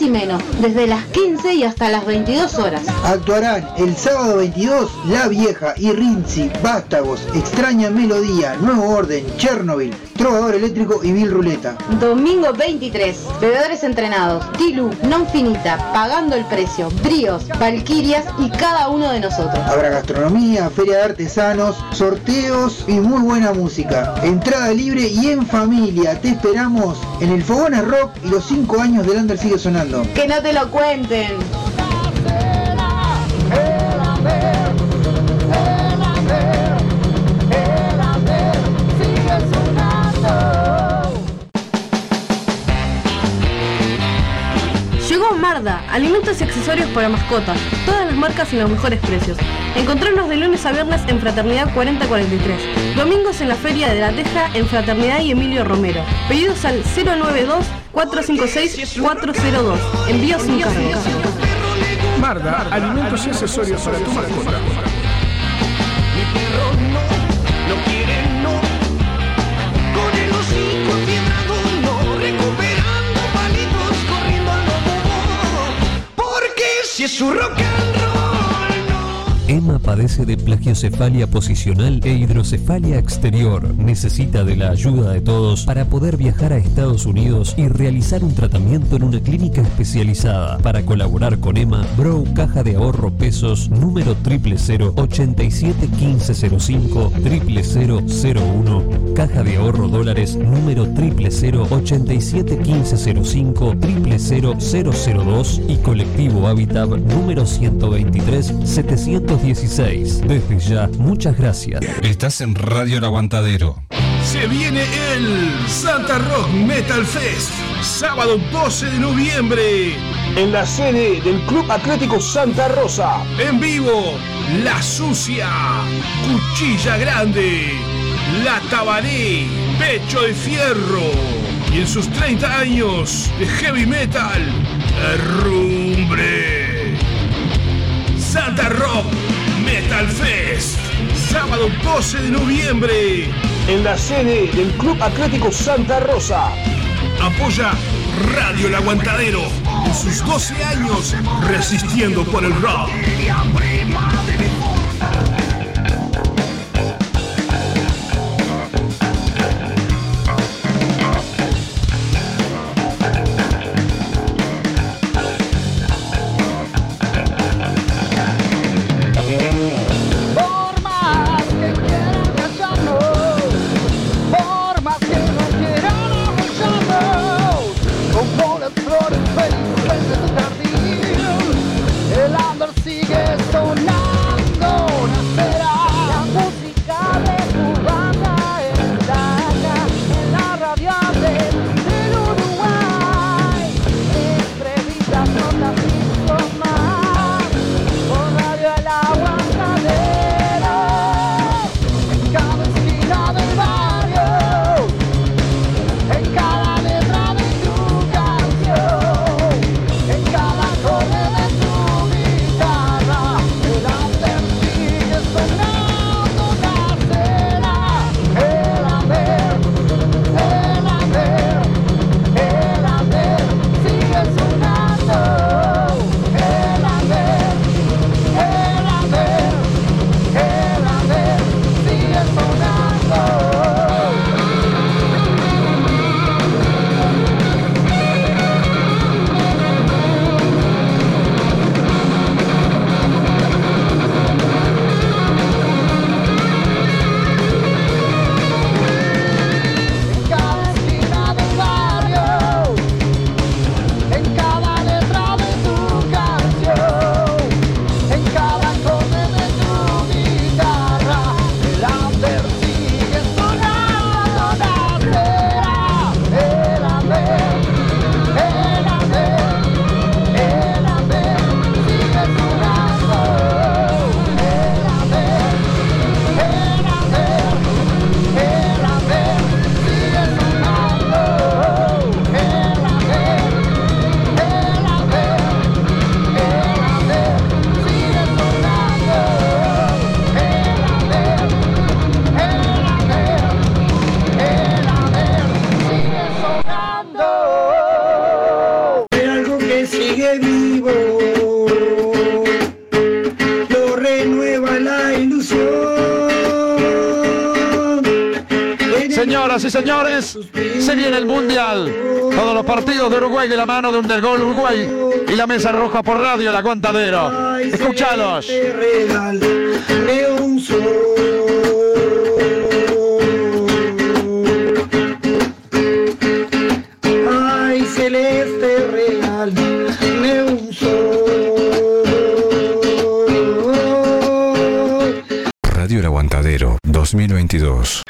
más y menos, desde las 15 y hasta las 22 horas. Actuarán el sábado 22 La Vieja y Rinzi, Vástagos, Extraña Melodía, Nuevo Orden, Chernobyl, Trovador Eléctrico y Mil Ruleta. Domingo 23, Bebedores Entrenados, Tilu, Non Finita, Pagando el Precio, Bríos, Valquirias y cada uno de nosotros. Habrá gastronomía, feria de artesanos, sorteos y muy buena música. Entrada libre y en familia. Te esperamos en el Fogones Rock y los 5 años del Under sigue sonando. Que no te lo cuenten. Llegó Marda, alimentos y accesorios para mascotas, todas las marcas y los mejores precios. Encontrarnos de lunes a viernes en Fraternidad 4043, domingos en la Feria de la Teja en Fraternidad y Emilio Romero. Pedidos al 092-456-402. Envío sin cargo. Marda, alimentos y accesorios para tu mascota. Mi perro no quiere no. Con el hocico fiebrado no, recuperando palitos, corriendo al lobo. Porque si es su rock and roll. Emma padece de plagiocefalia posicional e hidrocefalia exterior. Necesita de la ayuda de todos para poder viajar a Estados Unidos y realizar un tratamiento en una clínica especializada. Para colaborar con Emma, Brow Caja de Ahorro Pesos número 000-871505 00001, Caja de Ahorro Dólares número 000-871505 00002 y Colectivo Habitat número 123-716. Desde ya, muchas gracias. Estás en Radio El Aguantadero. Se viene el Santa Rock Metal Fest, sábado 12 de noviembre, en la sede del Club Atlético Santa Rosa. En vivo, La Sucia, Cuchilla Grande, La Tabaré, Pecho de Fierro. Y en sus 30 años de heavy metal, Herrumbre. Santa Rock Metal Fest, sábado 12 de noviembre, en la sede del Club Atlético Santa Rosa. Apoya Radio El Aguantadero en sus 12 años resistiendo por el rock. El under sigue sonando. sigue vivo, lo renueva la ilusión. Señoras y señores, se viene el Mundial. Todos los partidos de Uruguay de la mano de un del gol Uruguay y la mesa roja por radio El Aguantadero. Escúchalos. Ay, celeste real de un sol. Radio El Aguantadero 2022.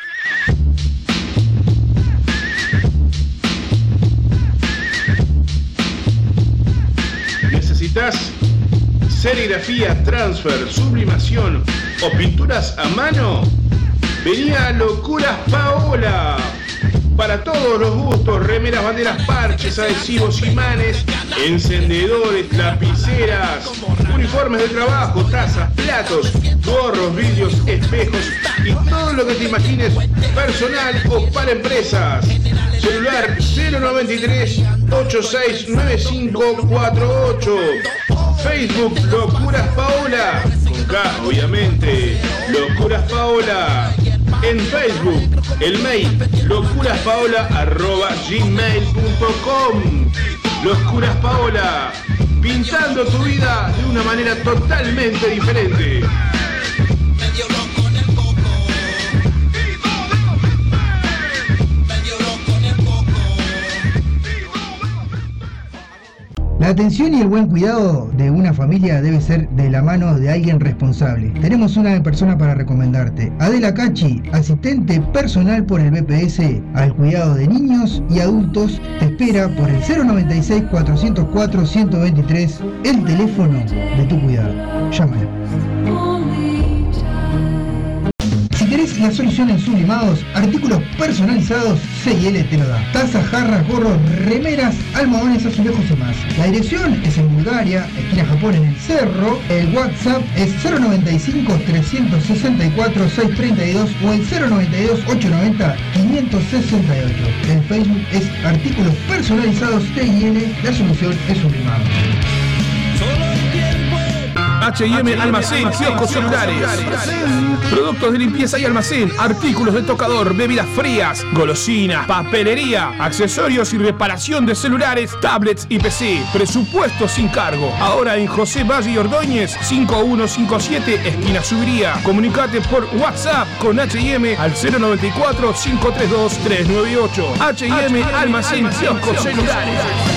¿Necesitas serigrafía, transfer, sublimación o pinturas a mano? Vení a Locuras Paola. Para todos los gustos, remeras, banderas, parches, adhesivos, imanes, encendedores, lapiceras, uniformes de trabajo, tazas, platos, gorros, vidrios, espejos y todo lo que te imagines personal o para empresas. Celular 093-869548. Facebook Locuras Paola, con K obviamente, Locuras Paola. En Facebook, el mail locuraspaola@gmail.com. Locuras Paola, pintando tu vida de una manera totalmente diferente. La atención y el buen cuidado de una familia debe ser de la mano de alguien responsable. Tenemos una persona para recomendarte. Adela Cachi, asistente personal por el BPS al cuidado de niños y adultos, te espera por el 096-404-123, el teléfono de tu cuidado. Llámala. Si querés la solución en sublimados, artículos personalizados, C&L te lo da. Tazas, jarras, gorros, remeras, almohadones, azulejos y más. La dirección es en Bulgaria, esquina Japón en el Cerro. El WhatsApp es 095-364-632 o el 092-890-568. El Facebook es artículos personalizados C&L, la solución es sublimados. H&M Almacén, kioscos celulares, productos de limpieza y almacén, artículos de tocador, bebidas frías, golosinas, papelería, accesorios y reparación de celulares, tablets y PC. Presupuesto sin cargo. Ahora en José Valle y Ordóñez, 5157, esquina Subiría. Comunicate por WhatsApp con H&M al 094-532-398. H&M Almacén, kioscos celulares.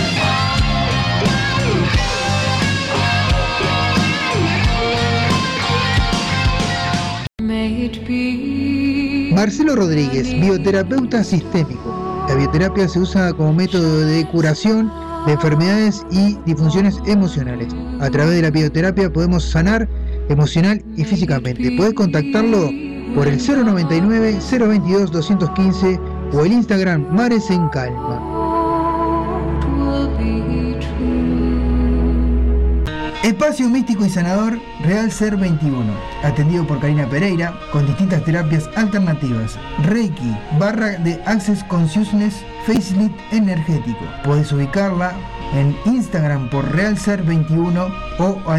Marcelo Rodríguez, bioterapeuta sistémico. La bioterapia se usa como método de curación de enfermedades y disfunciones emocionales. A través de la bioterapia podemos sanar emocional y físicamente. Podés contactarlo por el 099-022-215 o el Instagram Mares en Calma. Espacio místico y sanador Real Ser 21, atendido por Karina Pereira, con distintas terapias alternativas, Reiki, barra de Access Consciousness, Facelift energético. Podés ubicarla en Instagram por Real Ser 21 o al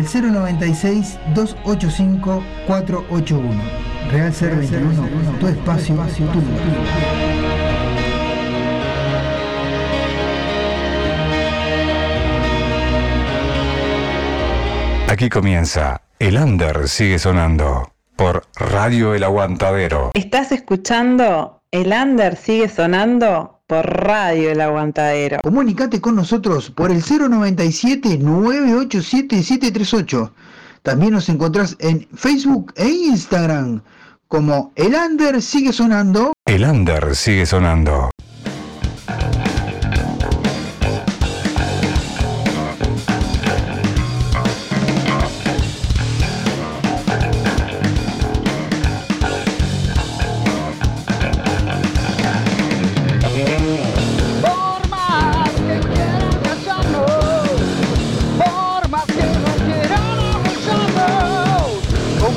096-285-481. Real Ser 21, tu espacio, tu lugar. Aquí comienza El Under sigue sonando por Radio El Aguantadero. ¿Estás escuchando El Under sigue sonando por Radio El Aguantadero? Comunicate con nosotros por el 097-987-738. También nos encontrás en Facebook e Instagram como El Under sigue sonando. El Under sigue sonando.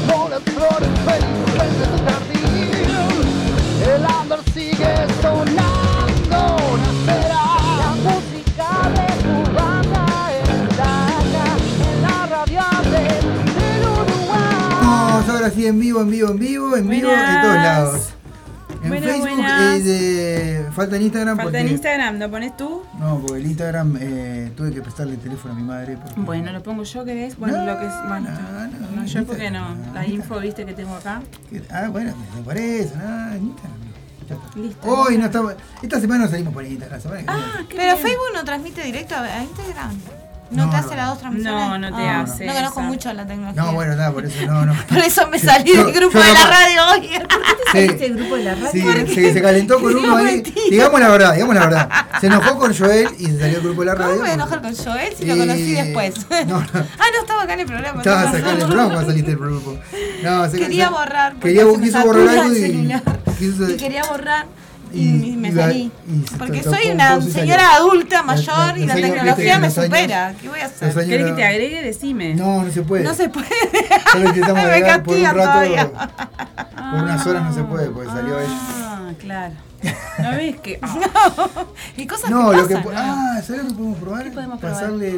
El Under sigue sonando. así en vivo, en todos lados. En Buenas, Facebook buenas. falta en Instagram. Falta en Instagram, ¿lo pones tú? No, porque el Instagram tuve que prestarle el teléfono a mi madre. Bueno, lo pongo yo, ¿querés? Bueno, lo que es. Bueno, no, yo porque no. La info, viste, que tengo acá. Bueno, me parece, no, en Instagram. Listo. Hoy no estamos. Esta semana no salimos por Instagram. La semana que viene. Pero Facebook no transmite directo a Instagram. ¿No te hace las dos transmisiones? No te hace. No conozco mucho la tecnología. No, bueno, nada, por eso no. Por eso me salí del grupo de la radio hoy. ¿Por qué te saliste del grupo de la radio? Sí, se calentó con uno ahí. Digamos la verdad. Se enojó con Joel y se salió del grupo de la radio. ¿Cómo me voy a enojar con Joel si lo conocí después? No, estaba acá en el programa. Estabas acá en el programa cuando saliste del grupo. Quería borrar. Quiso borrar algo y quería borrar. Y me salí. Porque soy una señora adulta, mayor, y la tecnología me supera. ¿Qué voy a hacer? ¿Querés que te agregue? Decime. No se puede. No se puede. Solo intentamos agregar por un rato. Todavía. Por unas horas no se puede, porque salió ella. Claro. ¿No ves que? Y cosas no, que lo que pasan, ¿sabes lo que podemos probar? ¿Qué podemos probar? Pasarle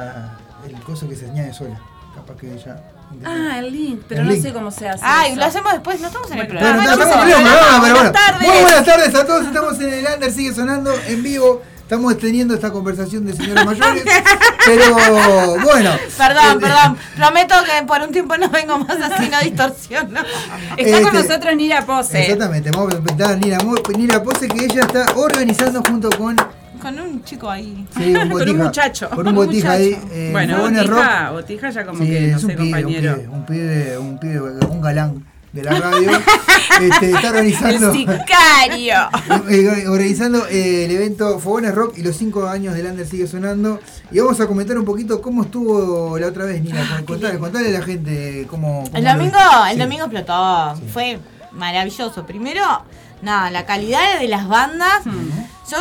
el coso que se añade sola. Capaz que ella. El link, pero no sé cómo se hace. Ay, lo hacemos después, no estamos en el Pero programa. buenas tardes. Muy buenas tardes a todos, estamos en el Under, sigue sonando en vivo. Estamos teniendo esta conversación de señores mayores. Pero bueno. Perdón. Prometo que por un tiempo no vengo más así, no distorsiono. Está con nosotros Nira Pose. Exactamente, vamos a presentar a Nira Pose, que ella está organizando junto con un chico ahí. Sí, con un muchacho. Con un botija ahí. Bueno, botija ya como que no sé, compañero. Un pibe, un galán de la radio. Está organizando. El sicario. Organizando el evento Fogones Rock y los 5 años del Under sigue sonando. Y vamos a comentar un poquito cómo estuvo la otra vez, Nina. Contale a la gente cómo el domingo explotó. Sí. Fue maravilloso. Primero, la calidad de las bandas. Yo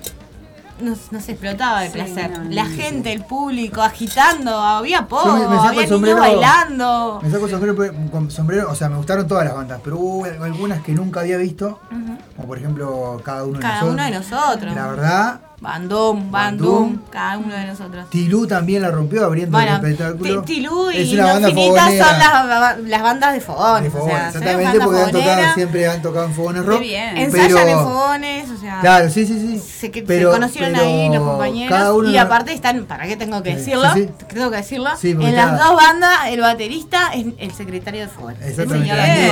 nos explotaba de placer. La gente, el público agitando, había había niños bailando. Me saco el sombrero, o sea, me gustaron todas las bandas, pero hubo algunas que nunca había visto, como por ejemplo Cada uno de nosotros. La verdad, Bandum, cada uno de nosotros. Tilú también la rompió abriendo el espectáculo. Tilú y Los Finitas son las bandas de fogones. Exactamente, porque siempre han tocado en Fogones Rock. Ensayan en Fogones, o sea. Claro, sí. Se conocieron ahí los compañeros. Y aparte están, ¿para qué tengo que decirlo? Tengo que decirlo. En las dos bandas, el baterista es el secretario de Fogones. Exactamente.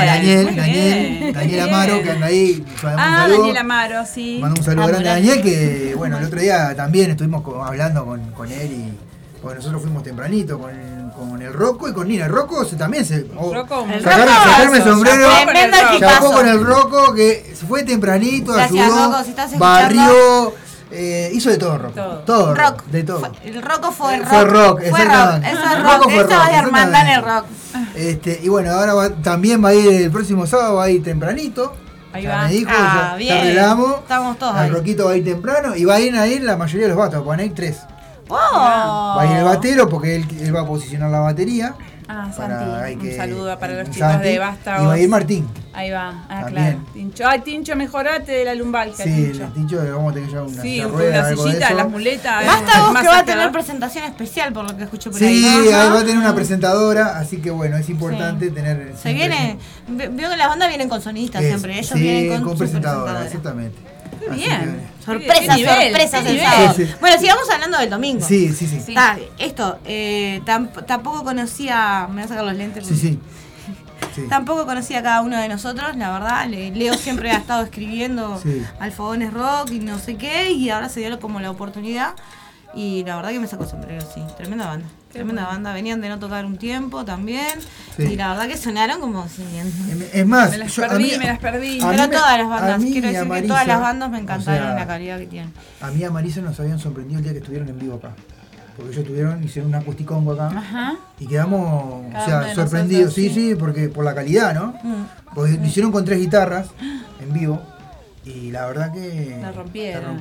Daniel Amaro, que anda ahí. Daniel Amaro, sí. Mando un saludo grande a Daniel, que bueno, el otro día también estuvimos hablando con él y porque nosotros fuimos tempranito con el Rocco y con Nina. El Rocco también sacarme el sombrero. Chapó con el Rocco, que fue tempranito, ayudó, barrió, hizo de todo Rocco. Todo rock. De todo. El Rocco fue rock. Fue rock, exactamente. Eso es rock. Eso es de hermandad en el rock. Y bueno, ahora también va a ir el próximo sábado, va a ir tempranito. Ahí ya va. me dijo, ya arreglamos. Estamos todos ahí. El Roquito va a ir temprano y va a ir la mayoría de los batos, van a ir 3. Va a ir el batero porque él va a posicionar la batería. Santi, un saludo para los chicos de Basta. Y va a ir Martín. Ahí va, claro. Tincho, mejorate de la lumbalgia. Sí, Tincho, vamos a tener ya una una sillita, las muletas. Basta vos que va a tener presentación especial por lo que escucho por ahí. Sí, va a tener una presentadora, así que bueno, es importante tener. Se viene, veo que las bandas vienen con sonistas siempre, ellos vienen con presentadora, exactamente. Qué bien. Sorpresas el sábado. Bueno, sigamos hablando del domingo. Sí. Esto, tampoco conocía. Me voy a sacar los lentes. Sí. Tampoco conocía a cada uno de nosotros, la verdad. Leo siempre ha estado escribiendo al Fogones Rock y no sé qué, y ahora se dio como la oportunidad. Y la verdad que me sacó el sombrero, sí. Tremenda banda. Venían de no tocar un tiempo también. Y la verdad que sonaron como si... Es más, me las perdí. Pero todas las bandas, quiero decir que todas las bandas me encantaron la calidad que tienen. A mí y a Marisa nos habían sorprendido el día que estuvieron en vivo acá. Porque ellos hicieron un acústico acá. Y quedamos sorprendidos. Sí, porque por la calidad, ¿no? Porque lo hicieron con 3 guitarras en vivo. Y la verdad que la rompieron.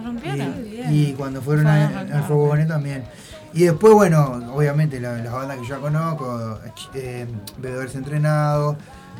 Y cuando fueron al Fogones también. Y después, bueno, obviamente las bandas que ya conozco, Bebedores Entrenados,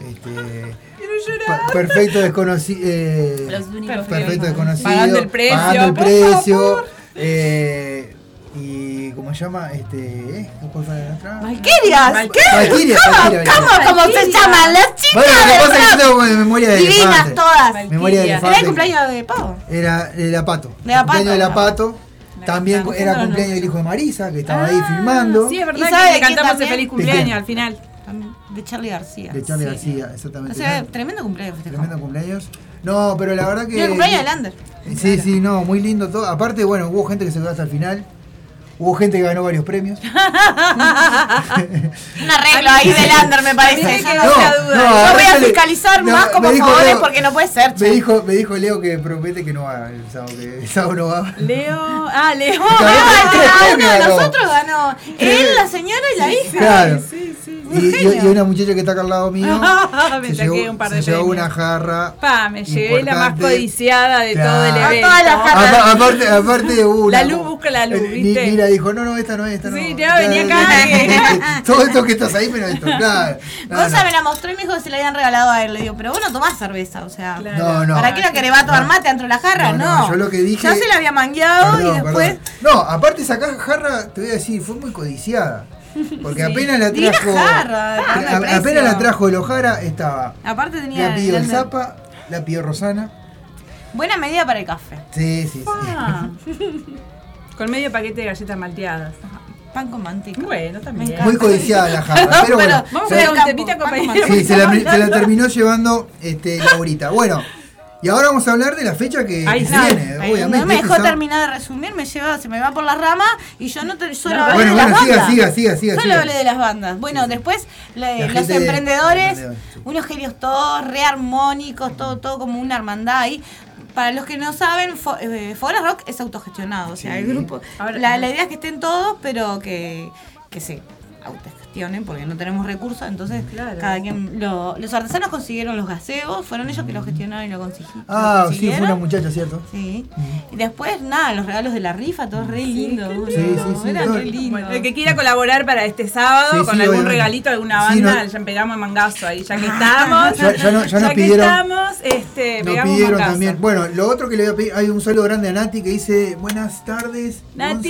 Perfecto Desconocido, Pagando el precio. y ¿cómo se llama? ¿Cuál fue la nuestra? ¡Valquirias! Valquiria. ¿Cómo se llaman las chicas? Bueno, lo que pasa es que yo tengo memoria de divinas elefante. todas. Memoria de ¿Era elefante. el cumpleaños de Pavo? Era el Apato. De Apato. Cumpleaños del Apato. También era cumpleaños del hijo de Marisa, que estaba ahí filmando. Sí, es verdad ¿Y sabe que de le quién cantamos el también? feliz cumpleaños al final. De Charlie García. De Charlie García, exactamente. O sea, tremendo cumpleaños festejó. Tremendo cumpleaños. No, pero la verdad que... Y el cumpleaños de Lander. Sí, no, muy lindo todo. Aparte, bueno, hubo gente que se quedó hasta el final. Hubo gente que ganó varios premios. Un arreglo ahí de Lander, me parece. Que no sea duda. Yo voy a fiscalizar más como favores porque no puede ser. Me dijo Leo que promete que no va el sábado, que el sábado no va. Leo. Uno de nosotros ganó. Él, la señora y la hija. Claro. Sí. Y una muchacha que está acá al lado mío Me saqué un par de se llevó premios. una jarra. Me llevé la más importante. codiciada de todo el Claro. evento. Aparte una. La luz, busca la luz, ¿viste? Mira, dijo, no, esta no. Sí, no, venía acá. Todo esto que estás ahí, pero esto, claro. Gonza me la mostró y me dijo que se la habían regalado a él. Le digo, pero vos no tomás cerveza, o sea. No. ¿Para qué la querés? ¿Va a tomar mate dentro de la jarra? No. Yo lo que dije. Ya se la había mangueado y después. No, aparte esa jarra, te voy a decir, fue muy codiciada. Porque apenas la trajo. Apenas la trajo el Ojara, estaba. Aparte tenía. La pidió el Zapa, la pidió Rosana. Buena medida para el café. Sí. Con medio paquete de galletas malteadas. Pan con manteca. Bueno, también. Muy codiciada la jarra, pero bueno. Vamos a ver un temita, compañero. Sí, se la terminó llevando Laurita. Bueno, y ahora vamos a hablar de la fecha que viene, obviamente. No me dejó terminar de resumir, se me va por las ramas y yo solo hablé de las bandas. Siga. Solo hablé de las bandas. Bueno, después los emprendedores, unos genios todos, re armónicos, todo como una hermandad ahí. Para los que no saben, Fogones Rock es autogestionado, o sea, el grupo. La idea es que estén todos, pero que se autogestionen porque no tenemos recursos, entonces cada quien los artesanos consiguieron los gaseos, fueron ellos que los gestionaron y lo consiguieron. Sí, fue una muchacha, ¿cierto? Sí. Y después, los regalos de la rifa, todo re lindo. Sí. Era re lindo. Bueno, el que quiera colaborar para este sábado con algún regalito, alguna banda, ya pegamos el mangazo ahí, ya que estamos. Ya nos pidieron. Que estamos, nos pidieron también. Bueno, lo otro que le voy a pedir, hay un saludo grande a Nati que dice, buenas tardes, Nati.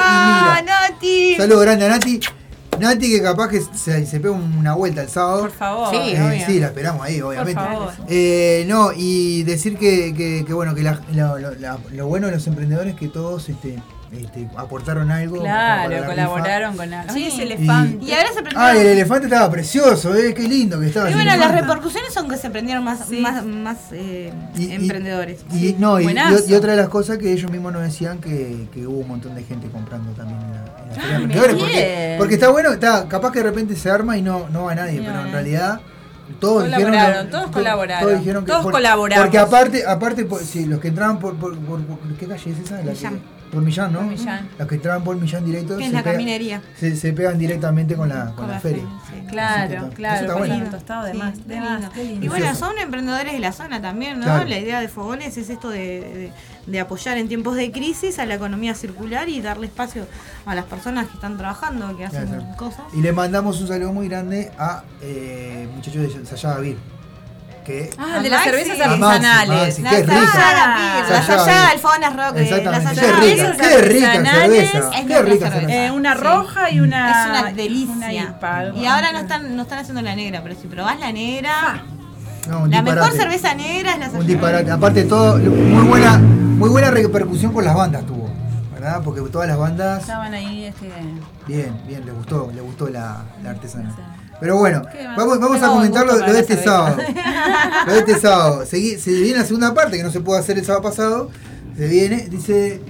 Nati. Saludo grande a Nati. Nati, que capaz que se pega una vuelta el sábado. Por favor. Sí, la esperamos ahí, obviamente. Por favor. No, y decir que bueno, que lo bueno de los emprendedores es que todos aportaron algo. Claro, colaboraron con algo. Sí, ese elefante. Y ahora se prendieron. El elefante estaba precioso, qué lindo que estaba. Y bueno, las repercusiones son que se prendieron más emprendedores. Y otra de las cosas que ellos mismos nos decían que hubo un montón de gente comprando también en la feria de emprendedores. Porque está bueno, capaz que de repente se arma y no va nadie, pero en realidad todos colaboraron. Todos colaboraron. Porque aparte si los que entraban por ¿qué calle es esa? Por Millán, ¿no? Los que entraban por Millán directo es la caminería. Se pegan directamente con la feria. Sí. Claro, está bueno. Tostado de más. Y bueno, son emprendedores de la zona también, ¿no? Claro. La idea de Fogones es esto de apoyar en tiempos de crisis a la economía circular y darle espacio a las personas que están trabajando, que hacen cosas. Y le mandamos un saludo muy grande a muchachos de Sayada Beer. De las cervezas artesanales. La Sayada, el Fogones Rock. Exactamente. Qué rica cerveza. Qué rica cerveza. Una roja y una. Es una delicia. Y ahora no están haciendo la negra, pero si probás la negra. La mejor cerveza negra es la Sayada. Un disparate. Aparte todo, muy buena repercusión con las bandas tuvo, ¿verdad? Porque todas las bandas estaban ahí. Bien, le gustó la artesana. Pero bueno, vamos a comentar lo de este sábado. Lo de este sábado. Se viene la segunda parte, que no se pudo hacer el sábado pasado. Se viene, dice.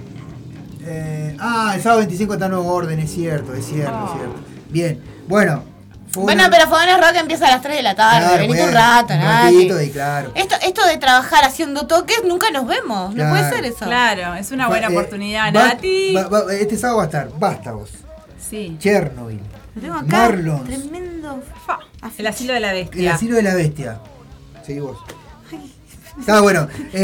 El sábado 25 está Nuevo Orden, es cierto. Bien, bueno. Pero Fogones Rock empieza a las 3 de la tarde. Claro, venite un rato, claro. Esto de trabajar haciendo toques, nunca nos vemos. No puede ser eso. Claro, es una buena oportunidad, Nati. Este sábado va a estar Vástagos. Sí. Chernobyl. Lo tengo acá. Marlons. Tremendo. El asilo de la bestia. El asilo de la bestia. Seguí vos. Está bueno.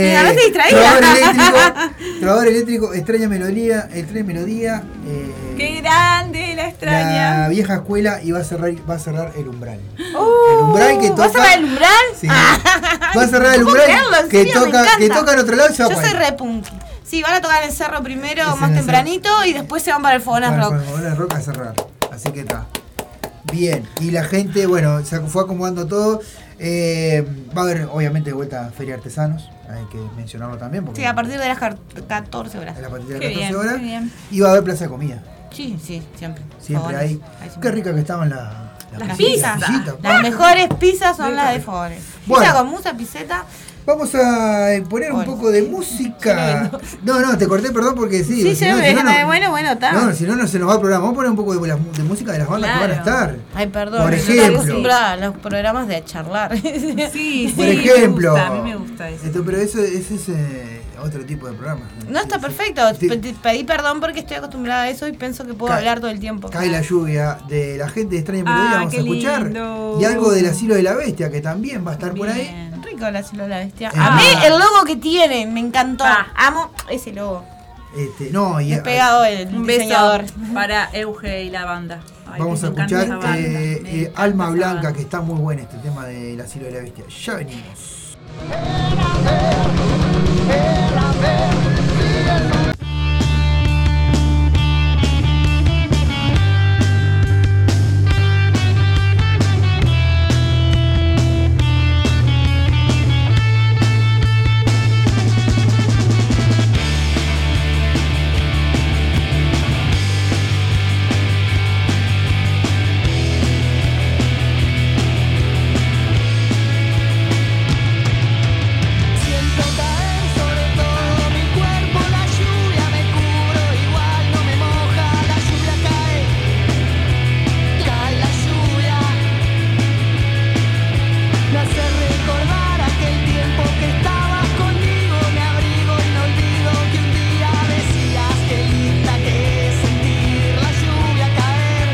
Trovador eléctrico, extraña melodía. Qué grande la extraña. La vieja escuela y va a cerrar el umbral. El umbral que toca. ¿Va a cerrar el umbral? Sí. Va a cerrar el umbral que toca en otro lado y se va a Yo soy re punky. Sí, van a tocar en el Cerro primero, Es en más el tempranito, y después se van para el Fogones Para Rock. el Fogones Rock a cerrar. Así que está. Bien, y la gente, bueno, se fue acomodando todo. Va a haber, obviamente, de vuelta Feria Artesanos. Hay que mencionarlo también. Porque Sí, a partir de las 14 horas. a partir de Qué las 14 bien, horas. qué bien. Y va a haber plaza de comida. Sí, siempre. Siempre Fogones. ahí. Qué rica que estaban las pizzas. pizzas. Las mejores pizzas son las de Fogones. Bueno. Pizza con musa, piseta. Vamos a poner un poco de música. No, te corté, perdón, porque sí. Sí, bueno, está. No, si no se nos va el programa. Vamos a poner un poco de música de las bandas que van a estar. Ay, perdón. Por no estoy ejemplo. acostumbrada a los programas de charlar. Sí, Por ejemplo. a mí me gusta eso. Pero ese es otro tipo de programa. No, está perfecto. Pedí perdón porque estoy acostumbrada a eso y pienso que puedo hablar todo el tiempo. Cae la lluvia de la gente de Extraña Melodía, vamos a qué escuchar. lindo. Y algo del Asilo de la Bestia, que también va a estar por ahí. Rico el Asilo de la Bestia. A mí el logo que tienen, me encantó. Amo ese logo. Y Despegado el Un diseñador. beso para Euge y la banda. Ay, vamos que a me encanta escuchar esa banda. Me encanta Alma esa Blanca, banda. que está muy bueno este tema del Asilo de la Bestia. Ya venimos. Siento caer sobre todo mi cuerpo la lluvia, me cubro igual, no me moja, la lluvia cae, cae la lluvia. Me hace recordar aquel tiempo que estabas conmigo, me abrigo y no olvido que un día decías que linda que es sentir la lluvia caer.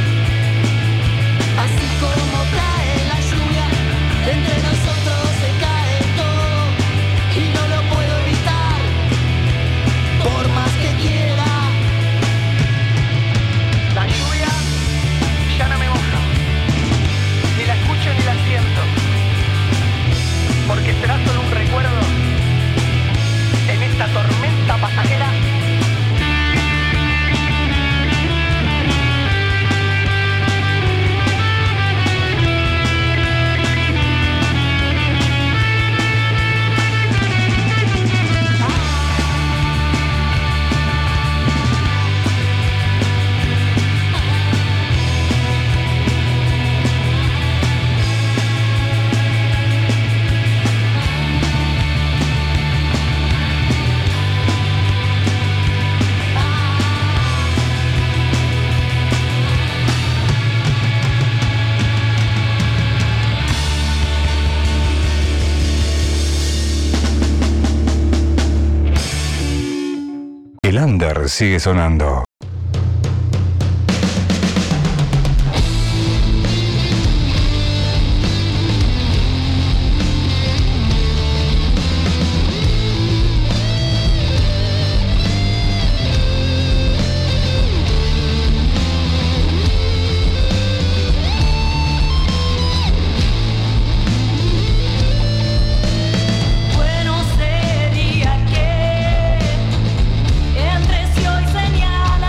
Así como cae la lluvia, entre nosotros se cae todo y no lo puedo evitar, por más que quiera. La lluvia ya no me moja, ni la escucho ni la siento, porque será solo un recuerdo en esta tormenta pasajera. El under sigue sonando. Bueno sería que entre si hoy señala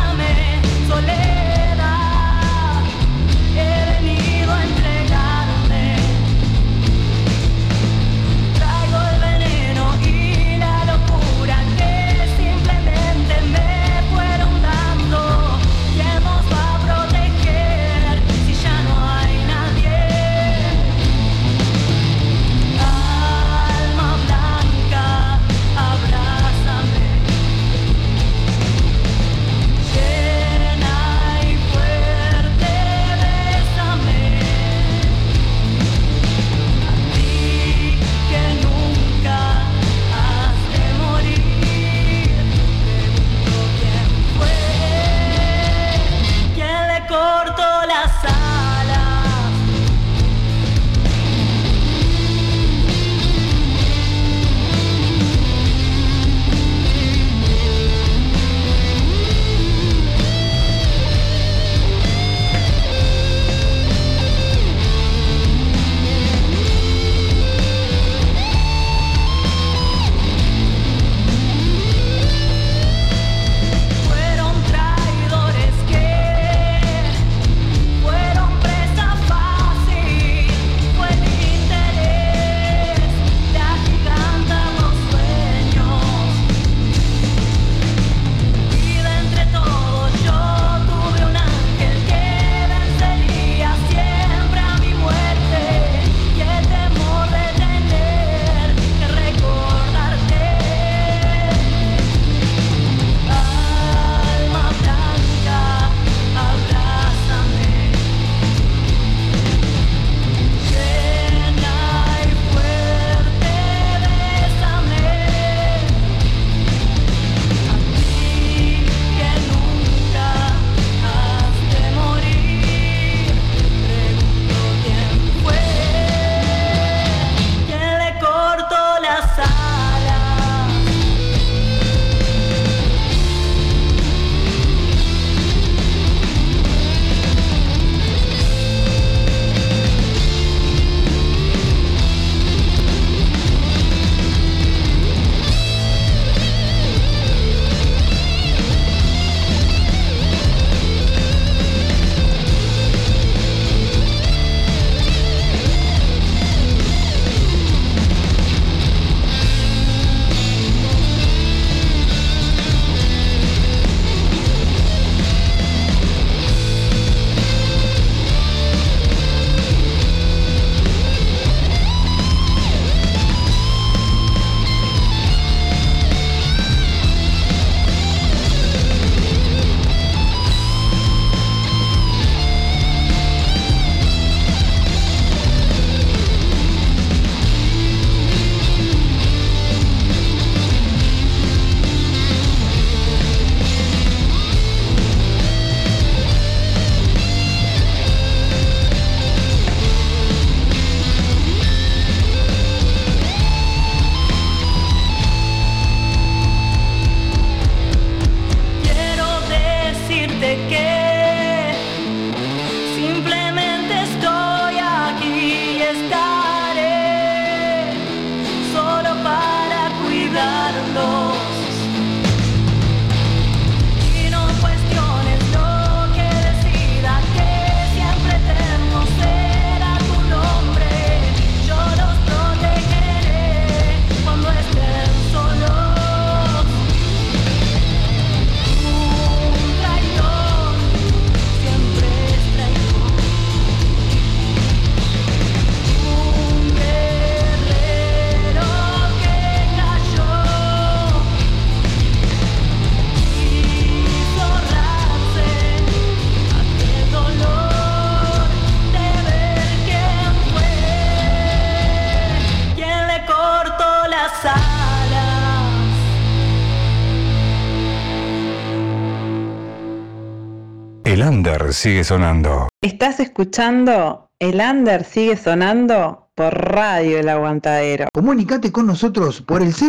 El under sigue sonando. Estás escuchando El Under sigue sonando por Radio El Aguantadero. Comunicate con nosotros por el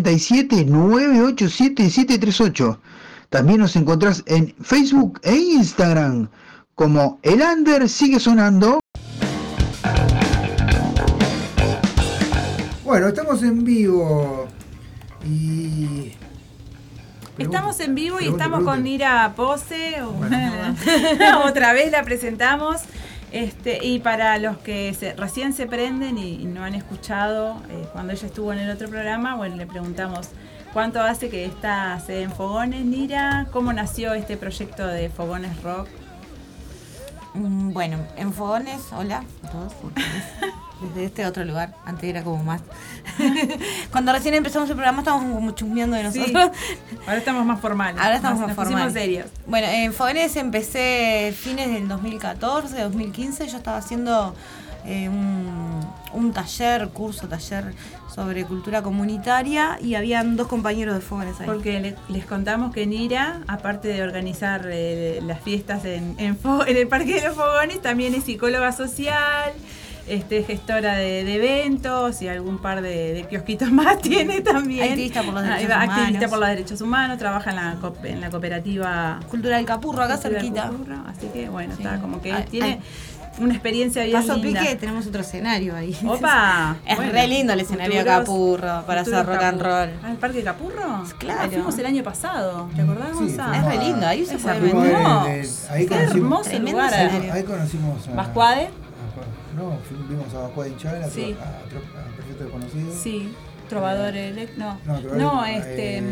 097-987-738. También nos encontrás en Facebook e Instagram como El Under sigue sonando. Bueno, estamos en vivo y... Estamos en vivo y estamos pregunte. con Nira Pose. Otra vez la presentamos. Y para los que recién se prenden y no han escuchado cuando ella estuvo en el otro programa, bueno, le preguntamos cuánto hace que estás en Fogones, Nira, cómo nació este proyecto de Fogones Rock. Bueno, en Fogones, hola a todos. Desde este otro lugar, antes era como más. Cuando recién empezamos el programa estábamos como chusmeando de nosotros. Sí. Ahora estamos más formales. Ahora estamos más nos formales. pusimos serios. Bueno, en Fogones empecé fines del 2014, 2015. Yo estaba haciendo un taller sobre cultura comunitaria y habían 2 compañeros de Fogones ahí. Porque les contamos que Nira, aparte de organizar las fiestas en el Parque de los Fogones, también es psicóloga social. Gestora de eventos y algún par de kiosquitos más tiene también. Activista por los derechos humanos. Activista por los derechos humanos, trabaja en la cooperativa Cultura del Capurro, acá cerquita. Así que bueno, Sí. está como que tiene una experiencia bien Paso linda. pique, tenemos otro escenario ahí. ¡Opa! Es Bueno, re lindo el escenario de Capurro para hacer rock and roll. ¿El Parque de Capurro? Claro. Fuimos el año pasado, ¿te acordás, Sí, Gonzalo? Es re lindo, ahí se puede fuimos ver. ahí Qué conocimos- hermoso Tremendo lugar. escenario. Ahí conocimos a... ¿Vascuade? No, vimos a Vascuade Hinchada, Sí. a Perfecto Desconocido. Sí. Trovador no. Trovador, No, sí,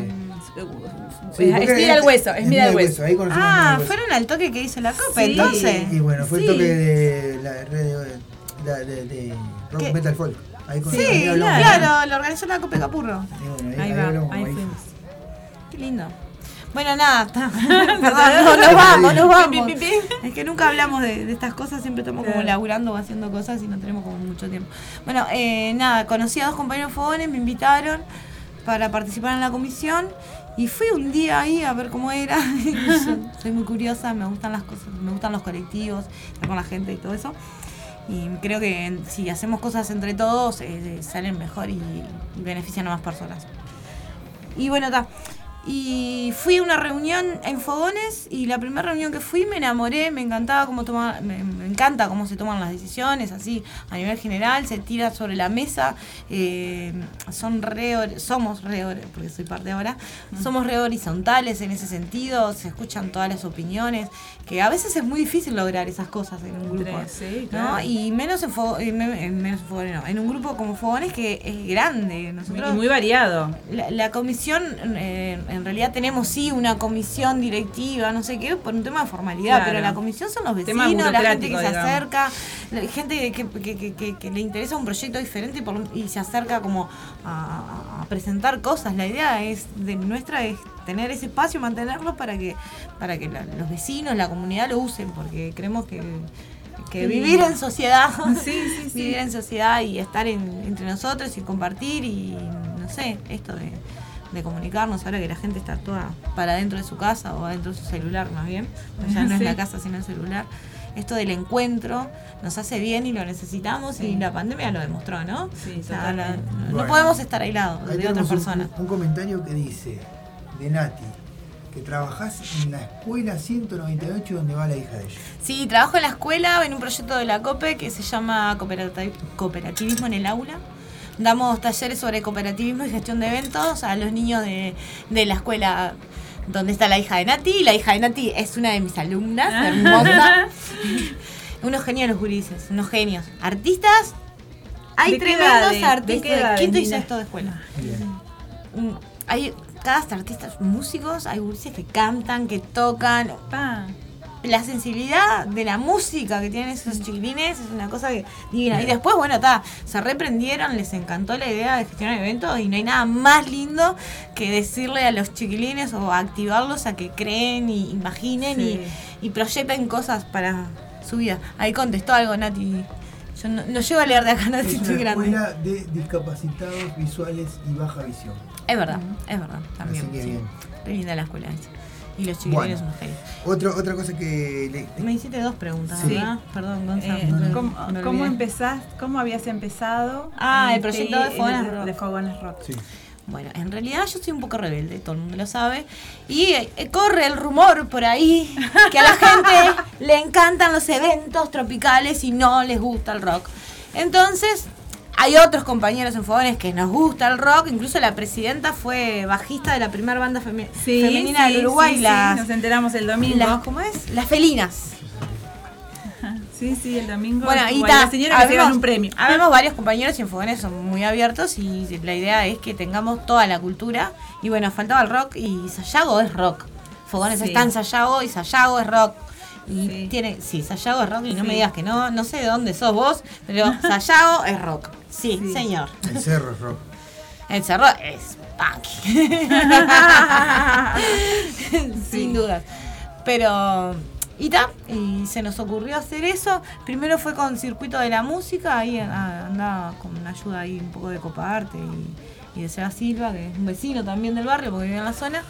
es Mira el Hueso, es Mira el Hueso. Ahí conocimos a Mira el Hueso. Fueron al toque que hizo la copa, Sí. entonces. Y bueno, fue el Sí. toque de la red de rock ¿Qué? metal folk. Ahí con Sí, ahí hablamos. claro, lo organizó la copa de Capurro. Y bueno, Ahí hablamos, va, ahí fuimos. Qué lindo. Bueno, nada, perdón, nos vamos. Pim, pim, pim. Es que nunca hablamos de estas cosas, siempre estamos como laburando o haciendo cosas y no tenemos como mucho tiempo. Bueno, nada, conocí a 2 compañeros Fogones, me invitaron para participar en la comisión y fui un día ahí a ver cómo era. Yo soy muy curiosa, me gustan las cosas, me gustan los colectivos, estar con la gente y todo eso. Y creo que si hacemos cosas entre todos, salen mejor y benefician a más personas. Y bueno, está. Y fui a una reunión en Fogones y la primera reunión que fui me enamoré, me encantaba me encanta cómo se toman las decisiones, así a nivel general, se tira sobre la mesa, somos re, porque soy parte ahora, somos re horizontales en ese sentido, se escuchan todas las opiniones, que a veces es muy difícil lograr esas cosas en un grupo, Sí, ¿no? claro. Y menos en un grupo como Fogones que es grande. Nosotros, Y muy variado. la comisión, en realidad tenemos sí una comisión directiva, no sé qué, por un tema de formalidad, Claro. pero la comisión son los Tema vecinos, la gente que se burocrático, digamos. acerca, la gente que le interesa un proyecto diferente y se acerca como a presentar cosas. La idea nuestra es tener ese espacio, mantenerlo para que los vecinos, la comunidad lo usen, porque creemos que vivir en sociedad, vivir en sociedad y estar entre nosotros y compartir y no sé, esto de comunicarnos ahora que la gente está toda para dentro de su casa o dentro de su celular más bien, pues ya no es Sí. la casa sino el celular. Esto del encuentro nos hace bien y lo necesitamos y la pandemia lo demostró, ¿no? Sí, O sea, totalmente. no Bueno. podemos estar aislados Ahí de otras tenemos personas. un comentario que dice, de Nati, que trabajás en la escuela 198 donde va la hija de ella. Sí, trabajo en la escuela, en un proyecto de la COPE que se llama Cooperativismo en el Aula. Damos talleres sobre cooperativismo y gestión de eventos a los niños de la escuela donde está la hija de Nati. Y la hija de Nati es una de mis alumnas, hermosa. Unos genios los gurises, unos genios. Artistas, hay ¿De qué tremendos edades? ¿De qué artistas, edades, quinto y Nina? sexto de escuela. Bien. Hay cada artistas, músicos, hay gurises que cantan, que tocan. La sensibilidad de la música que tienen esos chiquilines es una cosa divina. Y después, bueno, se reprendieron, les encantó la idea de gestionar eventos y no hay nada más lindo que decirle a los chiquilines o activarlos a que creen y imaginen y proyecten cosas para su vida. Ahí contestó algo, Nati. Yo no llego a leer de acá, Nati, Es estoy una grande. escuela de discapacitados visuales y baja visión. Es verdad, también. Así que sí. bien. Re linda la escuela esa. Y los chiquilines son unos genios. Otra cosa que... Me hiciste 2 preguntas, Sí. ¿verdad? Perdón, Gonzalo. ¿Cómo habías empezado? El proyecto de Fogones Rock. Sí. Bueno, en realidad yo soy un poco rebelde, todo el mundo lo sabe. Y corre el rumor por ahí que a la gente le encantan los eventos tropicales y no les gusta el rock. Entonces, hay otros compañeros en Fogones que nos gusta el rock. Incluso la presidenta fue bajista de la primera banda femenina del Uruguay. Sí, nos enteramos el domingo. ¿Cómo es? Las Felinas. Sí, el domingo. Bueno, y la señora que se ganó un premio. Habemos varios compañeros y en Fogones son muy abiertos y la idea es que tengamos toda la cultura. Y bueno, faltaba el rock y Sayago es rock. Fogones está en Sayago y Sayago es rock. Y Sayago es rock y no me digas que no sé de dónde sos vos, pero Sayago es rock. Sí, señor. El cerro es rock. El cerro es punk. Sin dudas. Pero... Y se nos ocurrió hacer eso. Primero fue con Circuito de la Música, ahí andaba con una ayuda ahí un poco de Coparte y de Seba Silva, que es un vecino también del barrio porque vive en la zona.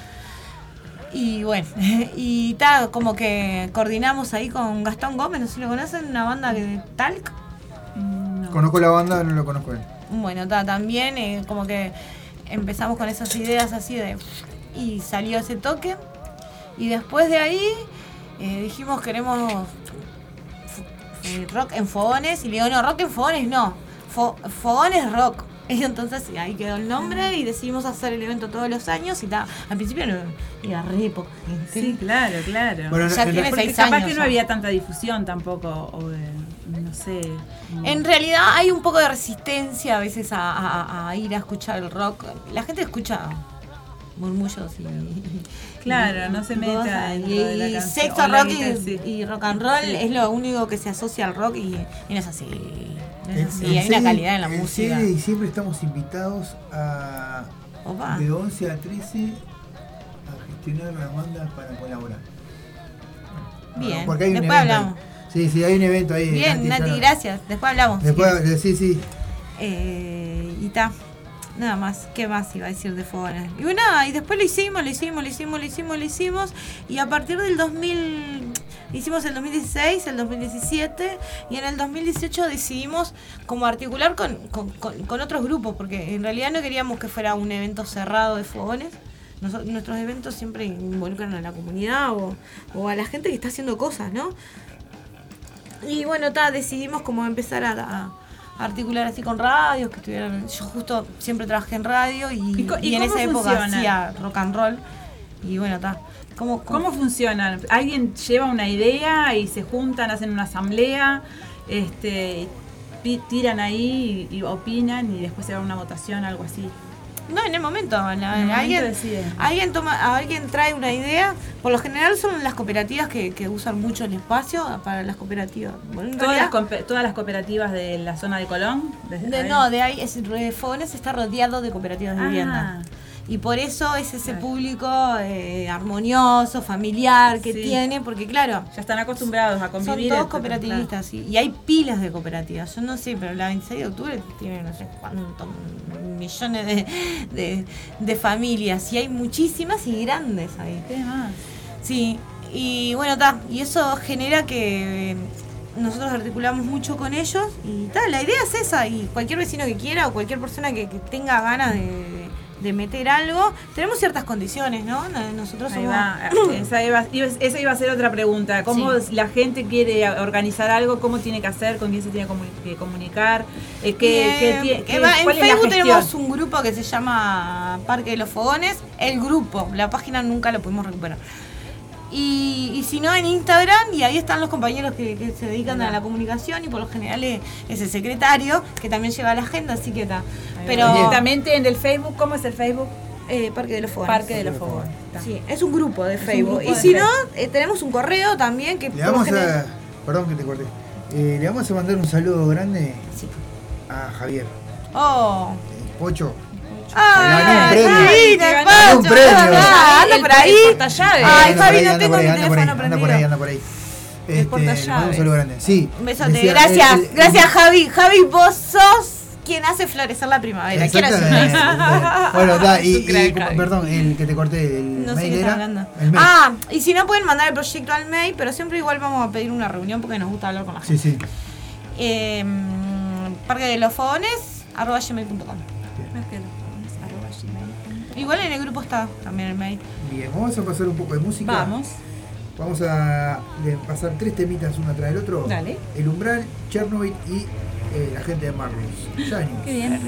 Y bueno, como que coordinamos ahí con Gastón Gómez, no sé si lo conocen, una banda de Talc. No. Conozco la banda, no lo conozco él. Bueno, también como que empezamos con esas ideas así y salió ese toque. Y después de ahí... dijimos queremos rock en Fogones y le digo no, rock en Fogones no, Fogones rock. Y entonces ahí quedó el nombre y decidimos hacer el evento todos los años y al principio no iba re poca gente. Sí, claro. Bueno, ya tiene 6 años. Capaz que no había tanta difusión tampoco, no sé. En realidad hay un poco de resistencia a veces a ir a escuchar el rock. La gente escucha murmullos claro, no se meta en lo de la canción. Sexo, rock y rock and roll es lo único que se asocia al rock y no es así. Hay una calidad en la música. En 7 de diciembre estamos invitados de 11 a 13 a gestionar las bandas para colaborar. Bien, porque hay después hablamos. Sí, hay un evento ahí. Bien, Nati, gracias. Después hablamos. Sí. Y está. Nada más, ¿qué más iba a decir de Fogones? Y bueno, y después lo hicimos. Y a partir del 2000, hicimos el 2016, el 2017, y en el 2018 decidimos como articular con otros grupos, porque en realidad no queríamos que fuera un evento cerrado de Fogones. Nuestros eventos siempre involucran a la comunidad o a la gente que está haciendo cosas, ¿no? Y bueno, decidimos como empezar a articular así con radios que estuvieran. Yo justo siempre trabajé en radio y en esa época hacía rock and roll. Y bueno, ¿Cómo funcionan? ¿Alguien lleva una idea y se juntan, hacen una asamblea, tiran ahí y opinan y después se da una votación, algo así? No, en el momento. Alguien trae una idea. Por lo general son las cooperativas que usan mucho el espacio para las cooperativas. Bueno, ¿Todas las cooperativas de la zona de Colón? Fogones está rodeado de cooperativas de vivienda. Y por eso es ese público armonioso, familiar que tiene, porque claro... Ya están acostumbrados a convivir. Son todos cooperativistas, y hay pilas de cooperativas. Yo no sé, pero la 26 de octubre tiene no sé cuántos millones de familias. Y hay muchísimas y grandes ahí. ¿Qué más? Sí, y bueno, y eso genera que... Nosotros articulamos mucho con ellos y la idea es esa. Y cualquier vecino que quiera o cualquier persona que tenga ganas de meter algo, tenemos ciertas condiciones, ¿no? Nosotros somos... Esa iba a ser otra pregunta. ¿Cómo la gente quiere organizar algo? ¿Cómo tiene que hacer? ¿Con quién se tiene que comunicar? En Facebook tenemos un grupo que se llama Parque de los Fogones. El grupo, la página nunca lo pudimos recuperar. Y si no, en Instagram, y ahí están los compañeros que se dedican a la comunicación, y por lo general es el secretario que también lleva la agenda, así que está. Pero directamente en el Facebook, ¿cómo es el Facebook? Parque de los Fogones. Parque de los Fogones. Sí, es un grupo de Facebook. Y si no, tenemos un correo también que... Perdón que te corté. Le vamos a mandar un saludo grande a Javier. Pocho. Ganó un premio. Anda por ahí. Ay, Javi, no tengo mi teléfono prendido. Anda por ahí. Le mando un saludo grande. Sí. Un besote. Gracias, Javi. Javi, vos sos quien hace florecer la primavera. Quiero decir Exactamente. eso. Bueno, perdón, el que te corté, el No sé mail qué era. está hablando. El mail. Y si no pueden mandar el proyecto al mail, pero siempre igual vamos a pedir una reunión porque nos gusta hablar con la gente. Sí. Parque de los Fogones @gmail.com. Igual en el grupo está también el mail. Bien, vamos a pasar un poco de música. Vamos a pasar 3 temitas uno tras el otro. Dale. El Umbral, Chernobyl y la gente de Marlos. Ya venimos. Qué bien.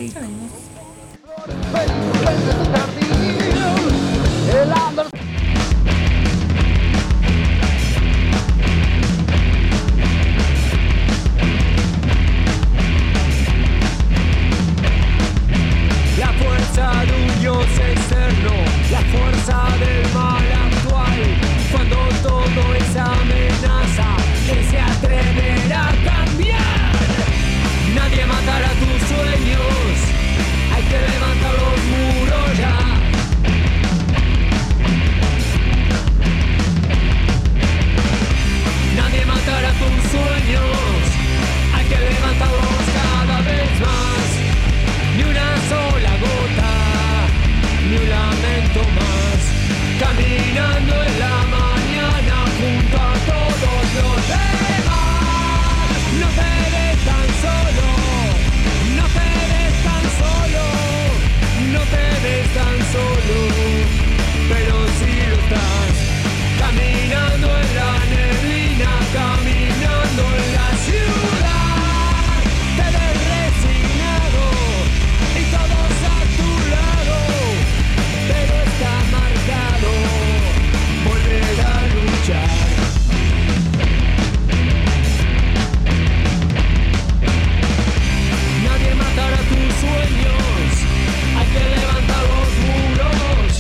La fuerza de un dios externo, la fuerza del mal actual. Cuando todo es amenaza, que se atreverá a cambiar. Nadie matará tus sueños, hay que levantar los muros ya. Nadie matará tus sueños, hay que levantarlos cada vez más. Ni una sola gota, ni un lamento más. Caminando en la mañana junto a todos los demás. No te ves tan solo, no te ves tan solo, no te ves tan solo, pero sí lo estás. Caminando en la neblina, caminando en la ciudad. Te ves resignado y todos a tu lado, pero está marcado volver a luchar. Nadie matará tus sueños, hay que levantar los muros.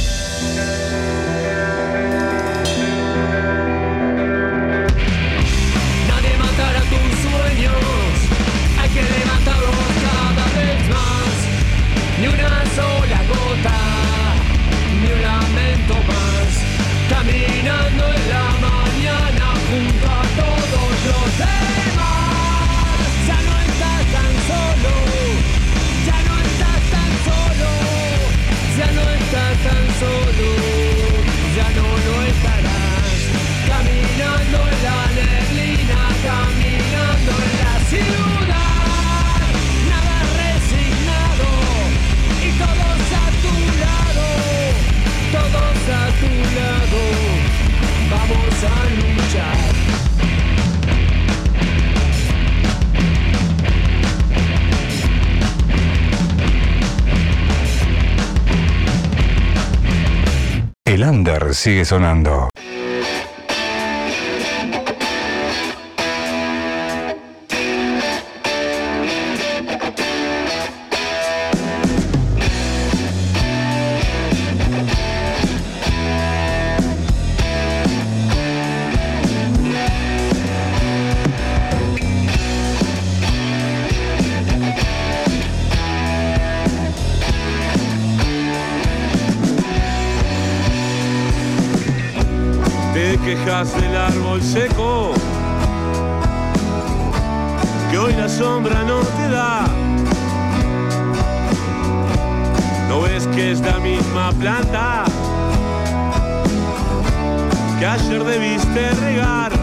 Nadie matará tus sueños, hay que levantarlos cada vez más. Ni una sola gota, ni un lamento más. Caminando en la mañana junto a todos los demás. Ya no estás tan solo, ya no estás tan solo, ya no estás tan solo, ya no lo estarás. Caminando en la neblina, caminando en la ciudad. Nada resignado y todos a tu lado, todos a tu lado, vamos a luchar. El under sigue sonando. Te quejas del árbol seco, que hoy la sombra no te da. ¿No ves que es la misma planta que ayer debiste regar?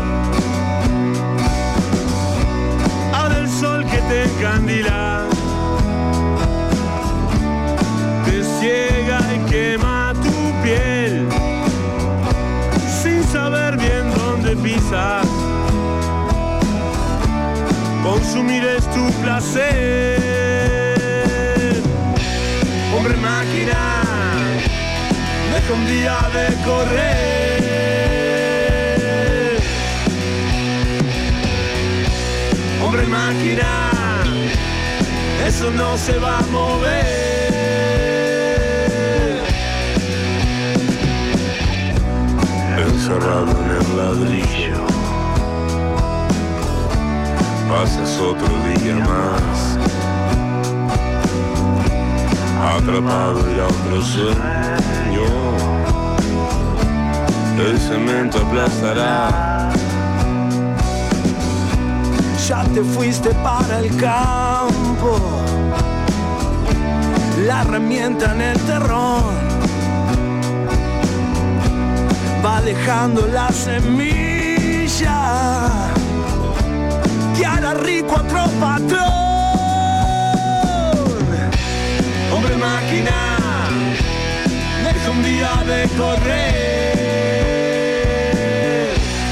Ahora el sol que te encandila te ciega y quema tu piel, sin saber bien dónde pisas. Consumir es tu placer. Hombre máquina, deja un día de correr. Hombre máquina, eso no se va a mover. Encerrado en el ladrillo, pasas otro día más, atrapado en otro sueño. El cemento aplastará. Ya te fuiste para el campo, la herramienta en el terror, va dejando la semilla que hará rico a otro patrón. Hombre máquina, deja un día de correr.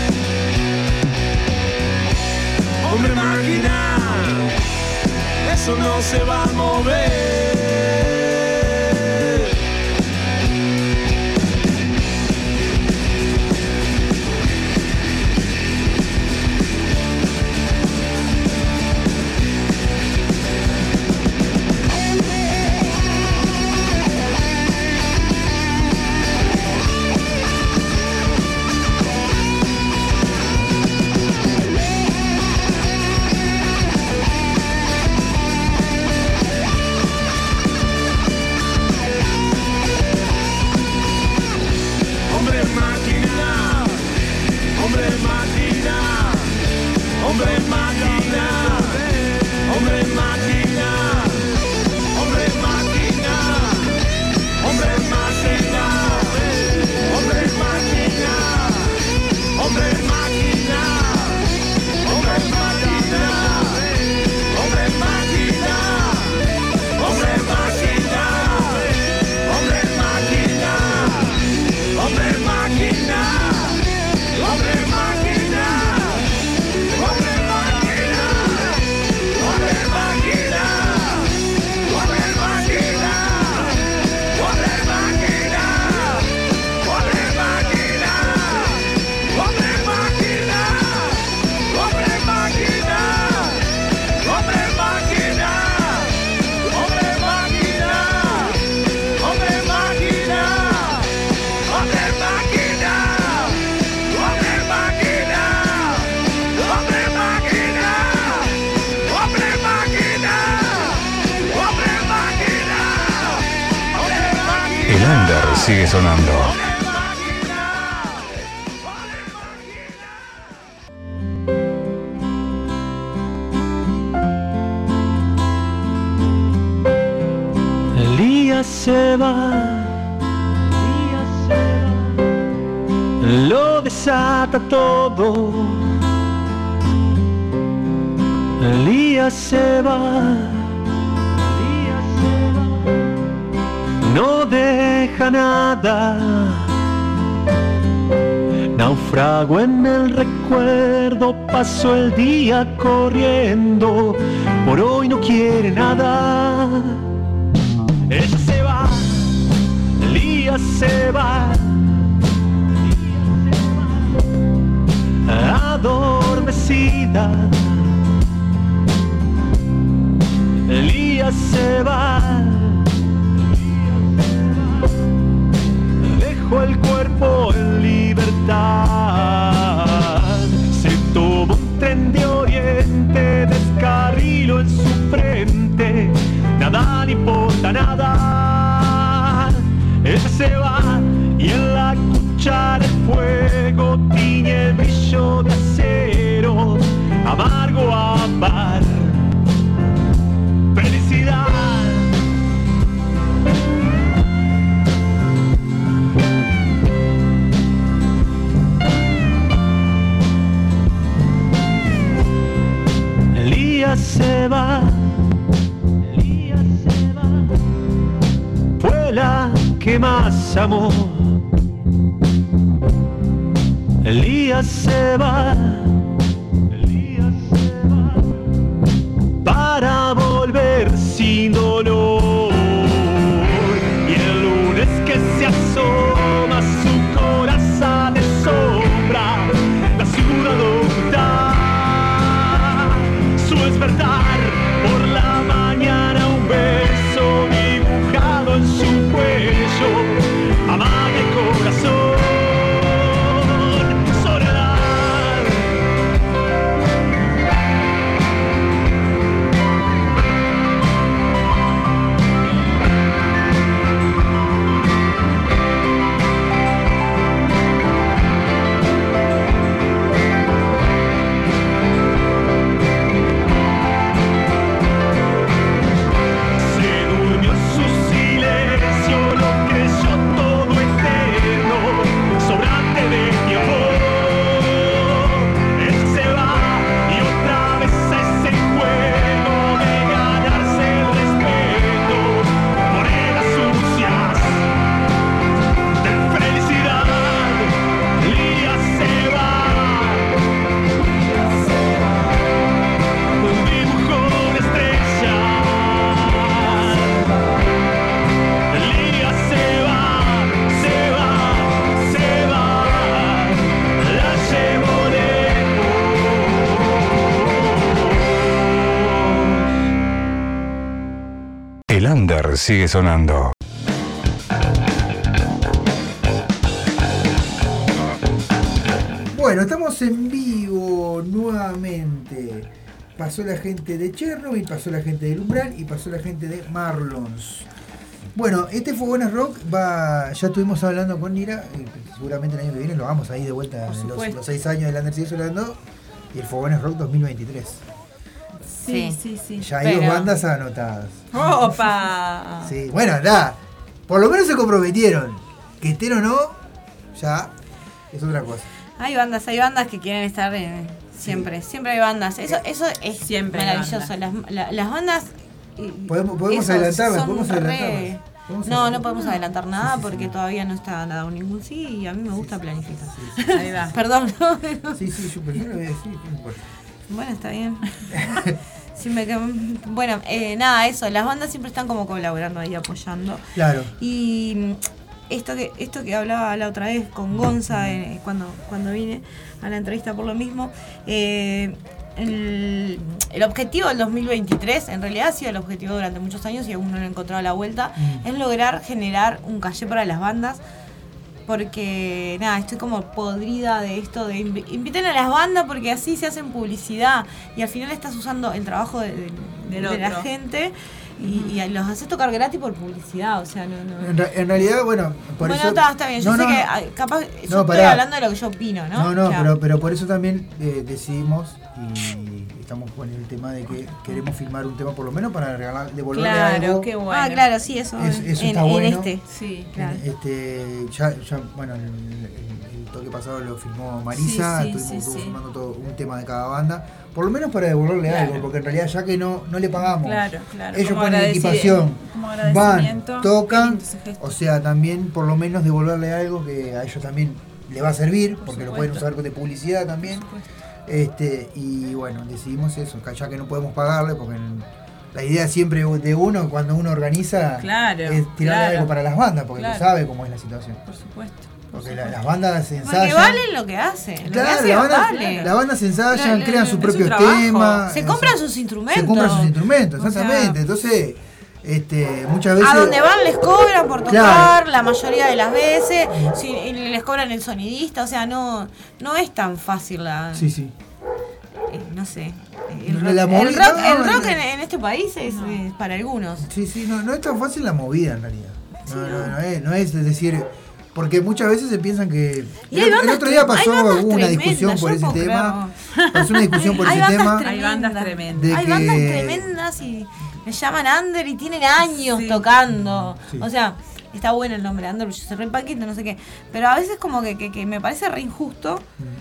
Hombre máquina, eso no se va a mover. Sigue sonando. Elías se va, lo desata todo. Elías se va, no deja nada. Naufrago en el recuerdo, paso el día corriendo, por hoy no quiere nada. Ella se va, Elías se va, adormecida. Elías se va, dejó el cuerpo en libertad. Se tomó un tren de oriente, descarriló en su frente. Nada le importa nada. Ella se va y en la cuchara el fuego tiñe el brillo de acero. Amargo amar, felicidad. Elías se va, fue la que más amó. Elías se va, para volver sin dolor. Y el lunes que se asoma su corazón de sombra, la ciudad oculta su despertar. Por la mañana un beso dibujado en su cuello amaga el corazón. Soledad, under sigue sonando. Bueno, estamos en vivo nuevamente. Pasó la gente de Chernobyl, pasó la gente del Umbral y pasó la gente de Marlons. Bueno, este Fogones Rock va, ya estuvimos hablando con Nira, seguramente el año que viene lo vamos ahí de vuelta, los 6 años del Under sigue sonando, y el Fogones Rock 2023. Sí. Ya hay 2 bandas anotadas. ¡Opa! Sí, bueno, por lo menos se comprometieron. Que estén o no, ya es otra cosa. Hay bandas que quieren estar siempre. Siempre hay bandas. Eso es siempre maravilloso. Las bandas. Podemos adelantarlas. No podemos adelantar nada porque todavía no está dado ningún sí y a mí me gusta planificar. Ahí va. Perdón. Sí, yo lo voy a decir. Bueno, está bien. Bueno, nada, eso. Las bandas siempre están como colaborando ahí, apoyando. Claro. Y esto que hablaba la otra vez con Gonza cuando vine a la entrevista por lo mismo, el objetivo del 2023, en realidad ha sido el objetivo durante muchos años y aún no lo he encontrado a la vuelta, es lograr generar un caché para las bandas, porque nada, estoy como podrida de esto de inviten a las bandas porque así se hacen publicidad y al final estás usando el trabajo de la gente. Y los haces tocar gratis por publicidad, o sea, no. En realidad, bueno, por eso... Bueno, está bien, yo sé que capaz yo estoy hablando de lo que yo opino, ¿no? No, pero por eso también decidimos y estamos con el tema de que queremos filmar un tema por lo menos para devolverle algo. Qué bueno. Claro, sí, eso está bueno. Sí, claro. Ya, bueno, el toque pasado lo filmó Marisa, estuvimos filmando todo un tema de cada banda. Por lo menos para devolverle algo, porque en realidad ya que no le pagamos, ellos ponen equipación, van, tocan, o sea, también por lo menos devolverle algo que a ellos también le va a servir, porque lo pueden usar de publicidad también. Y bueno, decidimos eso, ya que no podemos pagarle, porque la idea siempre de uno, cuando uno organiza, es tirarle algo para las bandas, porque lo sabe cómo es la situación. Por supuesto. Porque las bandas se ensayan. Porque valen lo que hacen. Claro, las bandas se ensayan, crean su propio tema. Se compran sus instrumentos. Exactamente. Entonces, muchas veces. A donde van les cobran por tocar, la mayoría de las veces. Les cobran el sonidista, o sea, no es tan fácil la. Sí. No sé. El rock en este país es para algunos. Sí, no es tan fácil la movida en realidad. No es decir. Porque muchas veces se piensan que... El otro día pasó una discusión por ese tema. Pasó una discusión por ese tema. Hay bandas tremendas. Hay bandas tremendas y me llaman Under y tienen años tocando. Sí. O sea, está bueno el nombre Under, yo soy re paquito, no sé qué. Pero a veces como que me parece re injusto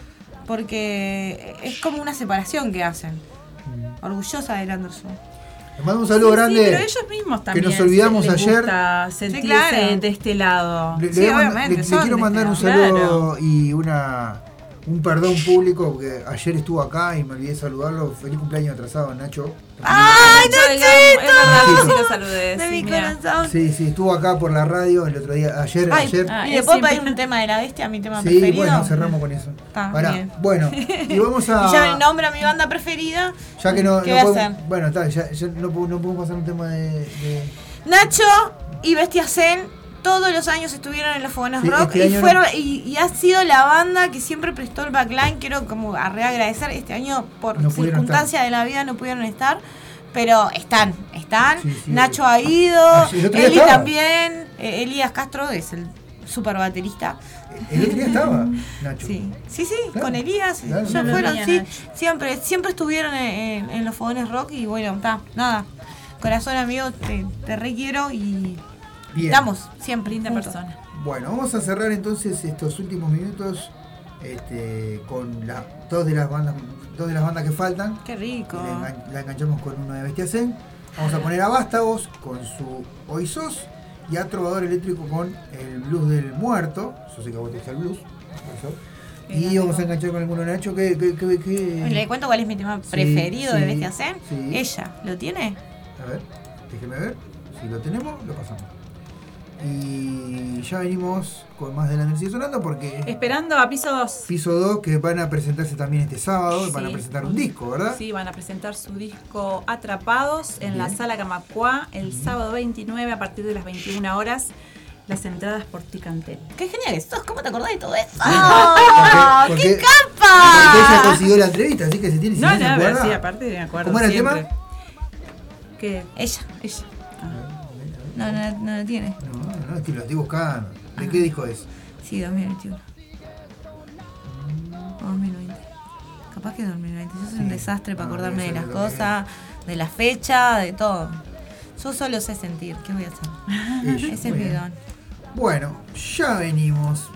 porque es como una separación que hacen. Orgullosa del Anderson. Les mando un saludo grande. Pero ellos mismos también. Que nos olvidamos ayer. Sentirse de este lado. Le quiero mandar un saludo y un perdón público, porque ayer estuvo acá y me olvidé de saludarlo. Feliz cumpleaños atrasado, Nacho. ¡Ay, Nachito! Es verdad, sí lo saludé. De mi corazón. Sí, estuvo acá por la radio el otro día, ayer. ¿Y le puedo pedir un tema de la bestia, mi tema preferido? Sí, bueno, cerramos con eso. Bien. Bueno, y vamos a... Y ya me nombra mi banda preferida. Ya que no ¿Qué voy a podemos, hacer? bueno, ya no podemos pasar un tema de... Nacho y Bestia Zen todos los años estuvieron en los Fogones Rock y ha sido la banda que siempre prestó el backline. Quiero como reagradecer. Este año por circunstancias de la vida no pudieron estar, pero están. Sí, Nacho ha ido, Eli también. Elías Castro es el super baterista. El otro día estaba Nacho. Sí, claro, con Elías ya fueron, siempre estuvieron en los Fogones Rock y bueno, nada. Corazón amigo, te requiero y bien. Estamos siempre linda persona. Bueno, vamos a cerrar entonces estos últimos minutos con dos de las bandas que faltan. Qué rico. La enganchamos con uno de Bestia Zen. Vamos a poner a Vástagos con su Hoy Sos y a Trovador Eléctrico con el Blues del Muerto. Yo sé que a vos te gusta el blues. Y vamos a enganchar con alguno de Nacho. Le cuento cuál es mi tema preferido de Bestia Zen. Sí. Ella, ¿lo tiene? A ver, déjeme ver. Si lo tenemos, lo pasamos. Y ya venimos con más de Elander sigue sonando porque... Esperando a Piso 2. Piso 2, que van a presentarse también este sábado, Sí. van a presentar un disco, ¿verdad? Sí, van a presentar su disco Atrapados en la Bien. Sala Camacuá el sábado 29 a partir de las 21 horas. Las entradas por Ticantel. ¡Qué genial sos! ¿Cómo te acordás de todo eso? Porque- ¡Qué Porque capa! ella consiguió la entrevista, así que se tiene... si No, se no, acuerda. pero sí, aparte me acuerdo. ¿Cómo era el siempre. tema? ¿Qué? Ella. Ella. No lo tiene. No, es que lo estoy buscando. ¿De qué disco es? Sí, 2021. O 2020. Capaz que 2020. Yo soy un desastre para acordarme de las cosas, de la fecha, de todo. Yo solo sé sentir. ¿Qué voy a hacer? Ella, Ese es muy mi bien. don. Bueno, ya venimos.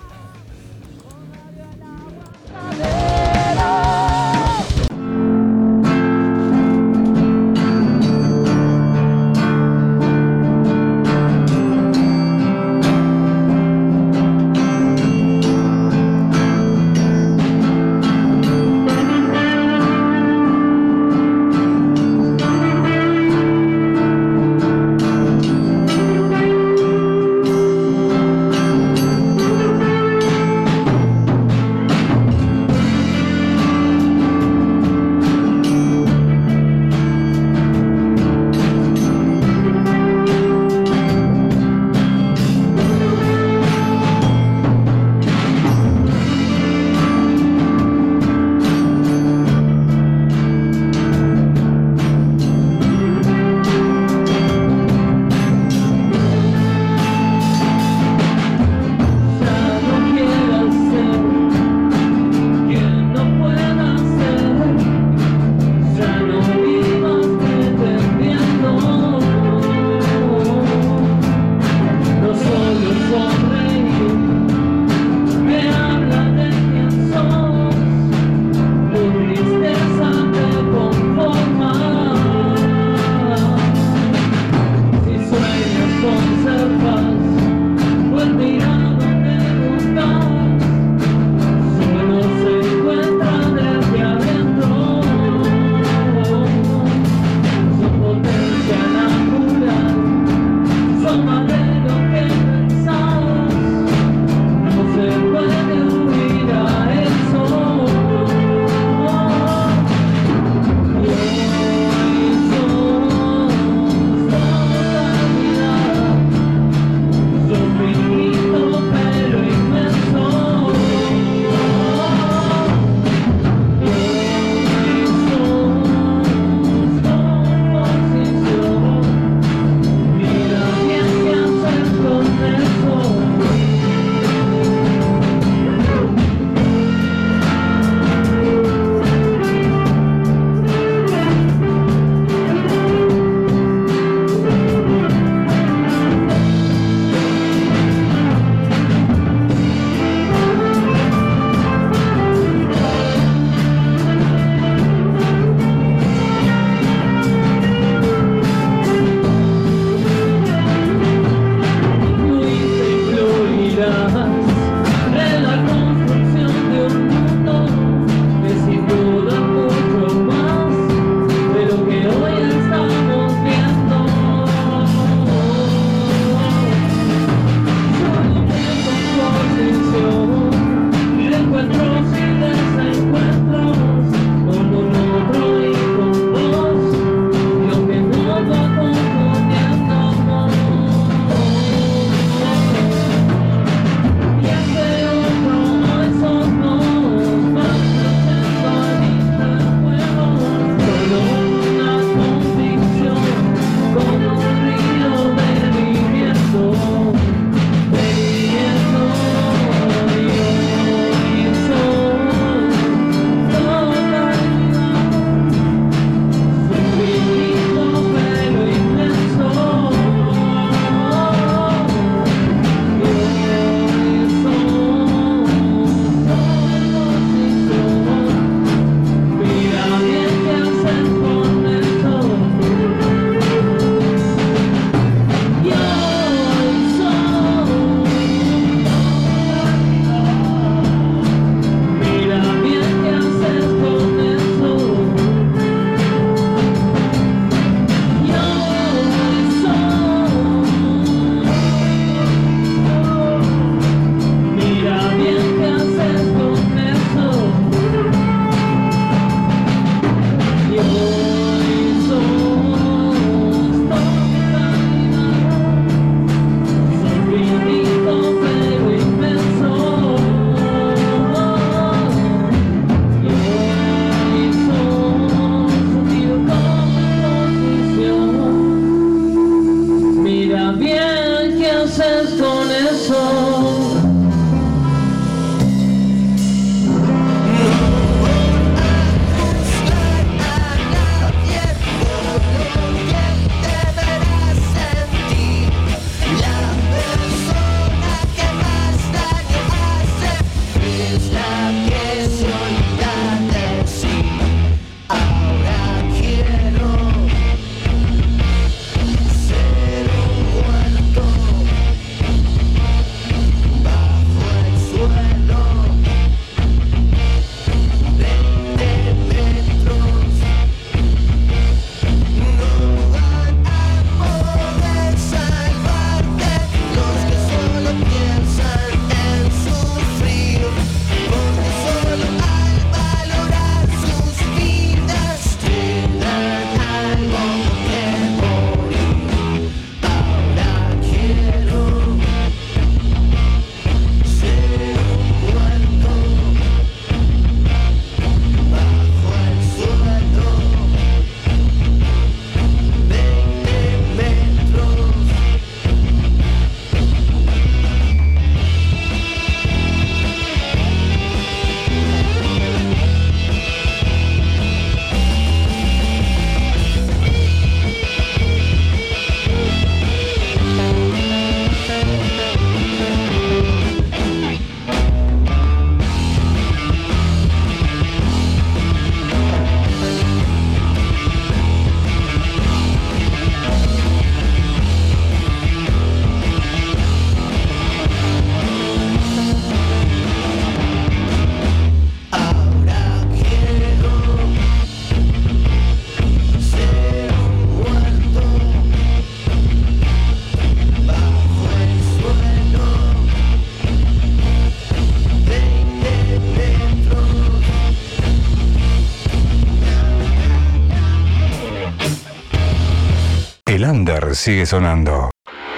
El under sigue sonando.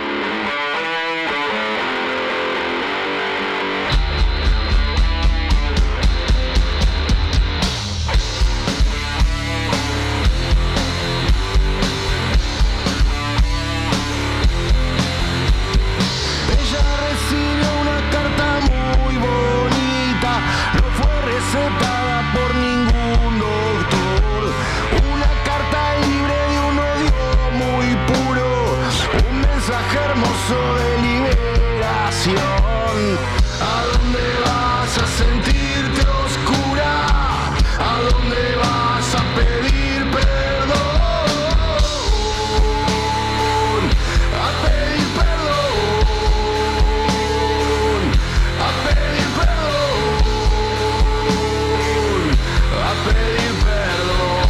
Ella recibió una carta muy bonita, no fue recetada por ningún doctor. Una carta libre de un odio muy puro, un mensaje hermoso de liberación. ¿A dónde vas a sentirte oscura? ¿A dónde vas a pedir perdón? A pedir perdón. A pedir perdón, a pedir perdón.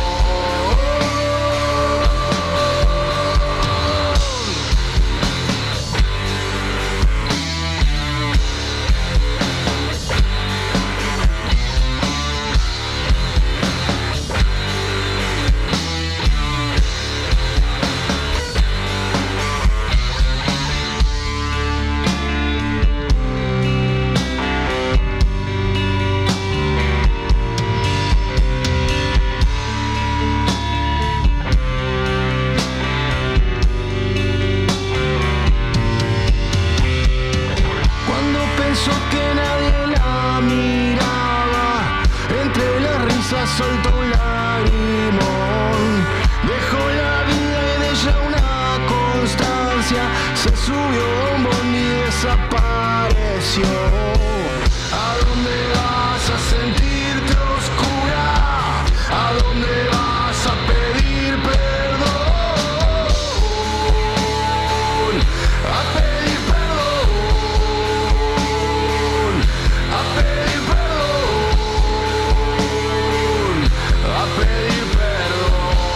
Cuando pensó que nadie la miraba, entre las risas soltó un lagrimón. Dejó la vida en ella una constancia, se subió a un bondi y desapareció. ¿A dónde vas a sentirte oscura? ¿A dónde vas a pedir perdón? A pedir perdón. A pedir perdón, a pedir perdón.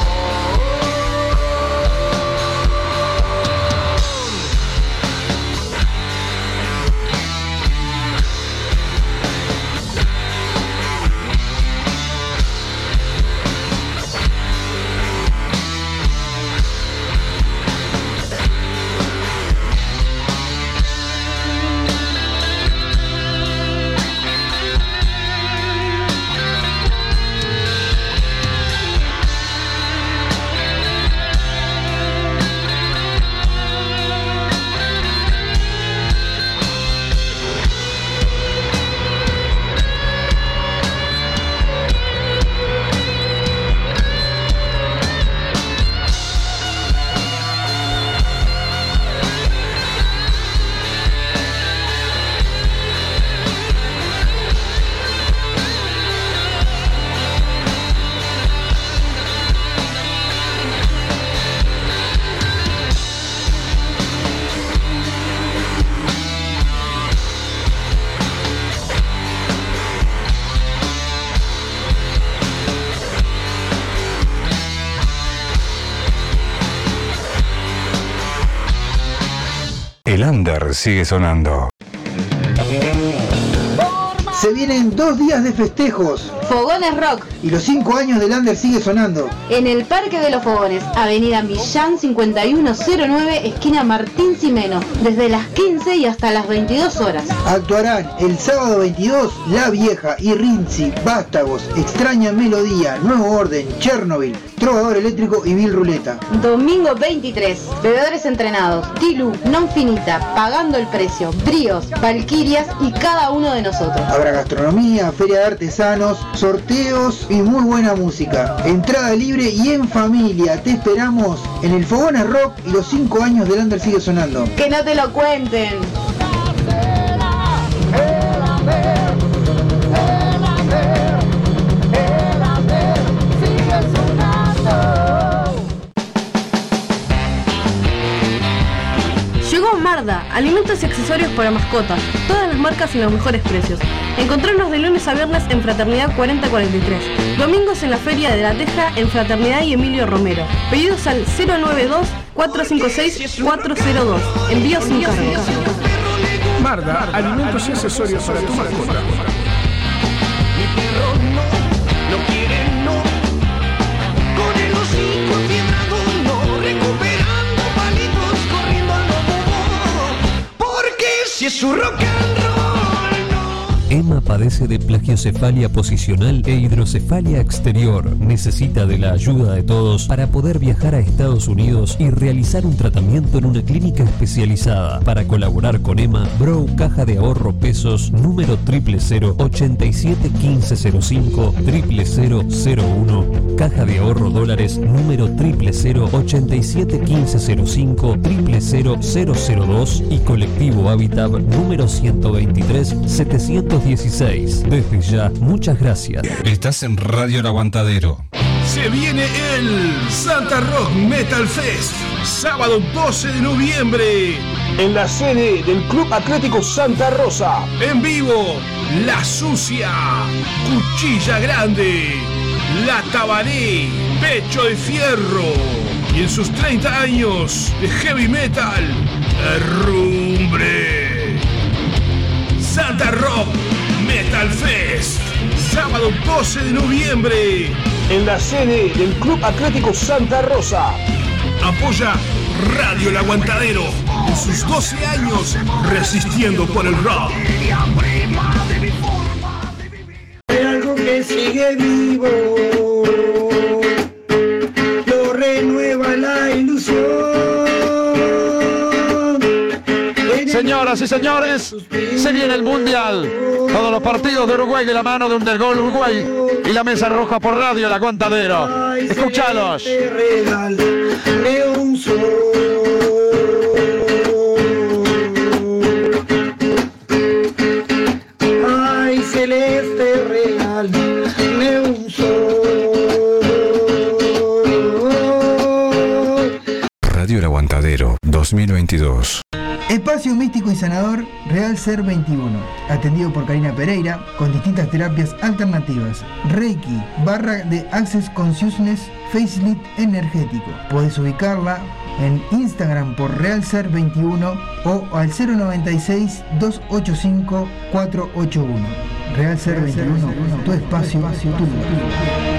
El under sigue sonando. Se vienen 2 días de festejos. Fogones Rock. Y los 5 años del under sigue sonando. En el Parque de los Fogones, Avenida Millán 5109, esquina Martín Ximeno, desde las 15 y hasta las 22 horas. Actuarán el sábado 22, La Vieja, Irrinzi, Vástagos, Extraña Melodía, Nuevo Orden, Chernobyl, Trovador Eléctrico y Vil Ruleta. Domingo 23, Bebedores Entrenados, Dilu, Non Finita, Pagando el Precio, Bríos, Valquirias y cada uno de nosotros. Habrá gastronomía, feria de artesanos, sorteos y muy buena música. Entrada libre y en familia. Te esperamos en el Fogones Rock y los 5 años del under sigue sonando. Que no te lo cuenten. Llegó Marda, alimentos y accesorios para mascotas, todas las marcas y los mejores precios. Encontrarnos de lunes a viernes en Fraternidad 4043, domingos en la Feria de la Teja en Fraternidad y Emilio Romero. Pedidos al 092-456-402. Envío sin cargo. Marda, alimentos y accesorios para tu mascota. Mi perro no quiere no, con el hocico quebrado no, recuperando su rock and roll. Emma padece de plagiocefalia posicional e hidrocefalia exterior. Necesita de la ayuda de todos para poder viajar a Estados Unidos y realizar un tratamiento en una clínica especializada. Para colaborar con Emma, Brow Caja de Ahorro Pesos número 000 87 1505 00001, Caja de Ahorro Dólares número 000 87 1505 00002 y Colectivo Habitat número 123 716. Desde ya, muchas gracias. Estás en Radio El Aguantadero. Se viene el Santa Rock Metal Fest, sábado 12 de noviembre, en la sede del Club Atlético Santa Rosa. En vivo, La Sucia, Cuchilla Grande, La Tabaré, Pecho de Fierro. Y en sus 30 años de heavy metal, Herrumbre. Santa Rock Metal Fest, sábado 12 de noviembre, en la sede del Club Atlético Santa Rosa. Apoya Radio El Aguantadero en sus 12 años resistiendo por el rock. Hay algo que sigue vivo, lo renueva la ilusión. Señoras y señores, se viene el Mundial. Todos los partidos de Uruguay de la mano de Undergol Uruguay y la Mesa Roja por Radio El Aguantadero. Escúchalos. Ay, celeste real de un sol. Radio El Aguantadero 2022. Espacio místico y sanador Real Ser 21, atendido por Karina Pereira, con distintas terapias alternativas, Reiki, barra de Access Consciousness, Facelift energético. Puedes ubicarla en Instagram por Real Ser 21 o al 096 285 481. Real Ser 21, tu espacio, tu lugar.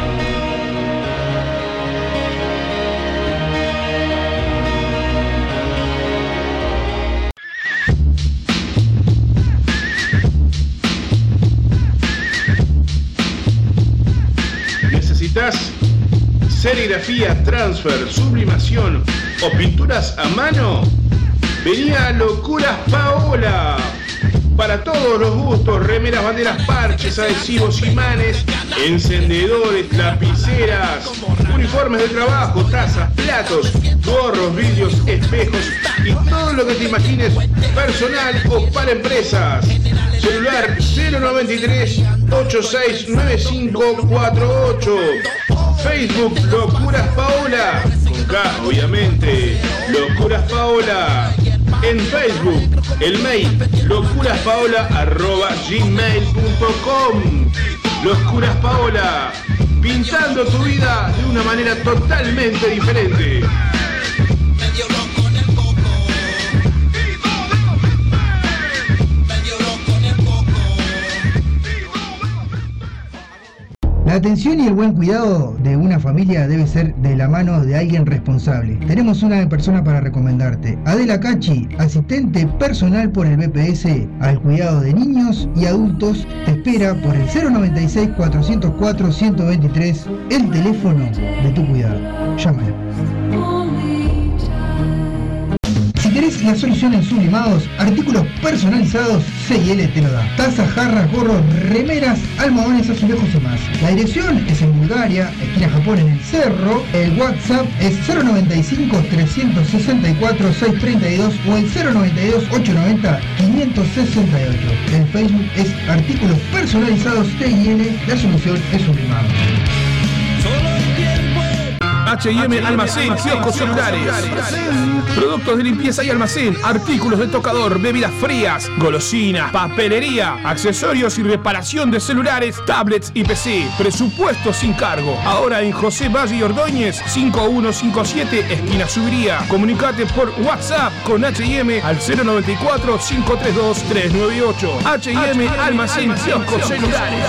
¿Necesitas serigrafía, transfer, sublimación o pinturas a mano? Vení a Locuras Paola. Para todos los gustos, remeras, banderas, parches, adhesivos, imanes, encendedores, lapiceras, uniformes de trabajo, tazas, platos, gorros, vidrios, espejos y todo lo que te imagines personal o para empresas. Celular 093 869548. Facebook Locuras Paola, con K obviamente, Locuras Paola. En Facebook, el mail locuraspaola@gmail.com. Locuras Paola, pintando tu vida de una manera totalmente diferente. La atención y el buen cuidado de una familia debe ser de la mano de alguien responsable. Tenemos una persona para recomendarte. Adela Cachi, asistente personal por el BPS al cuidado de niños y adultos, te espera por el 096 404 123, el teléfono de tu cuidado. Llámala. Si querés la solución en sublimados, artículos personalizados, C&L te lo da. Tazas, jarras, gorros, remeras, almohadones, azulejos y más. La dirección es en Bulgaria, esquina Japón en el Cerro. El WhatsApp es 095 364 632 o el 092 890 568. El Facebook es artículos personalizados C&L, la solución es sublimado. H&M Almacén, kioscos celulares, productos de limpieza y almacén, artículos de tocador, bebidas frías, golosinas, papelería, accesorios y reparación de celulares, tablets y PC. Presupuesto sin cargo. Ahora en José Valle y Ordóñez, 5157, esquina Subiría. Comunicate por WhatsApp con H&M al 094 532 398. H&M Almacén, kioscos celulares.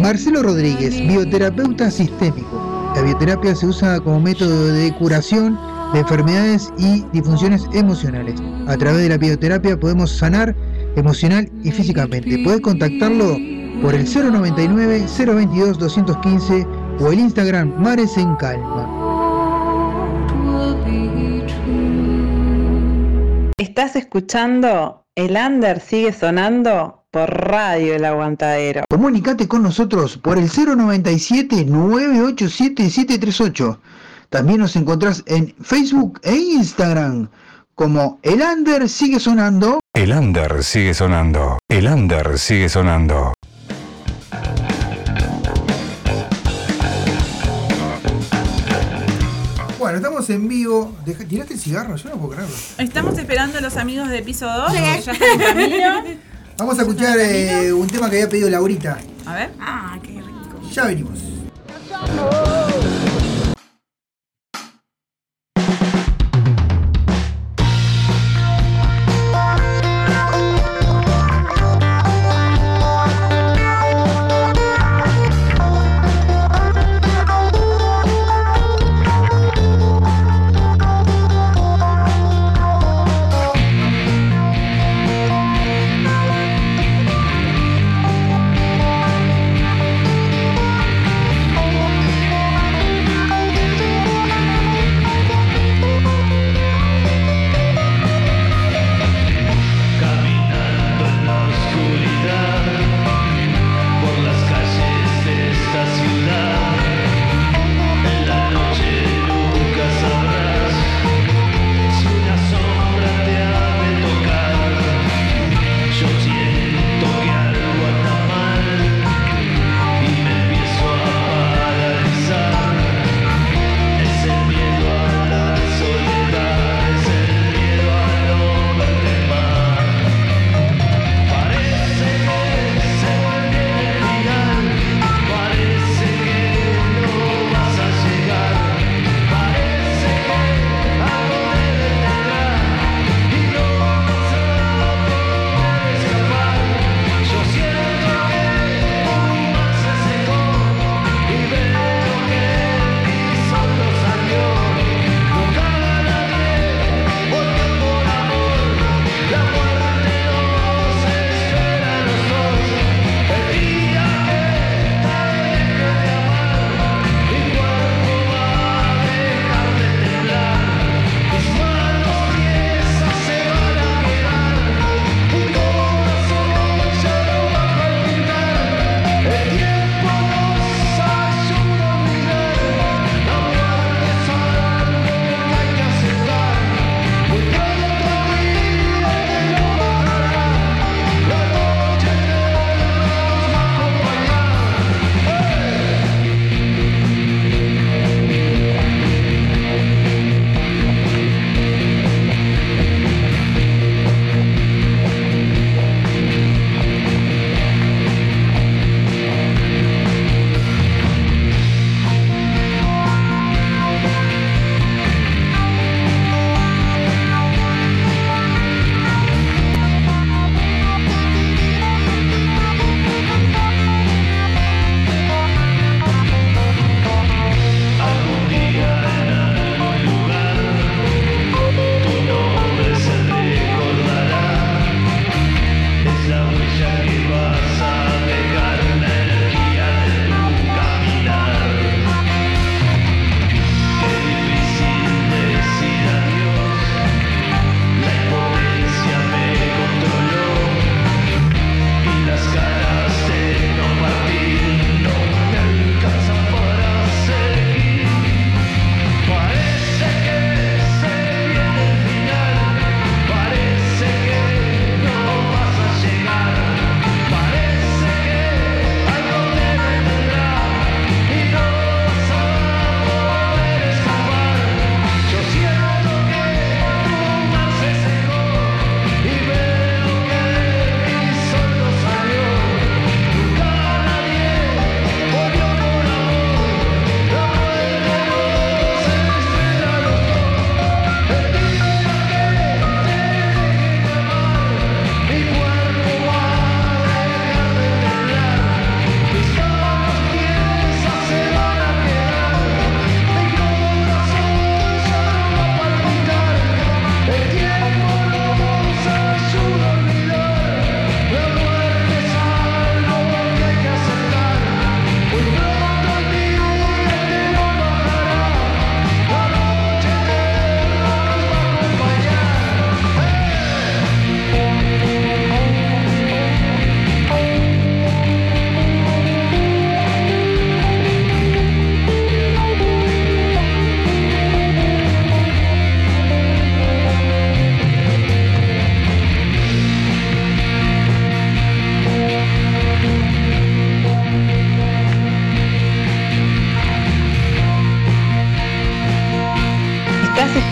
Marcelo Rodríguez, bioterapeuta sistémico. La bioterapia se usa como método de curación de enfermedades y disfunciones emocionales. A través de la bioterapia podemos sanar emocional y físicamente. Podés contactarlo por el 099-022-215 o el Instagram Mares en Calma. Estás escuchando El Under Sigue Sonando por Radio El Aguantadero. Comunicate con nosotros por el 097-987-738. También nos encontrás en Facebook e Instagram como El Under Sigue Sonando. El Under sigue sonando. El Under sigue sonando. Bueno, estamos en vivo. ¿Tiraste el cigarro? Yo no puedo creerlo. Estamos esperando a los amigos de piso 2, que ya están en camino. Vamos a escuchar un tema que había pedido Laurita. A ver. Ah, qué rico. Ya venimos. Thank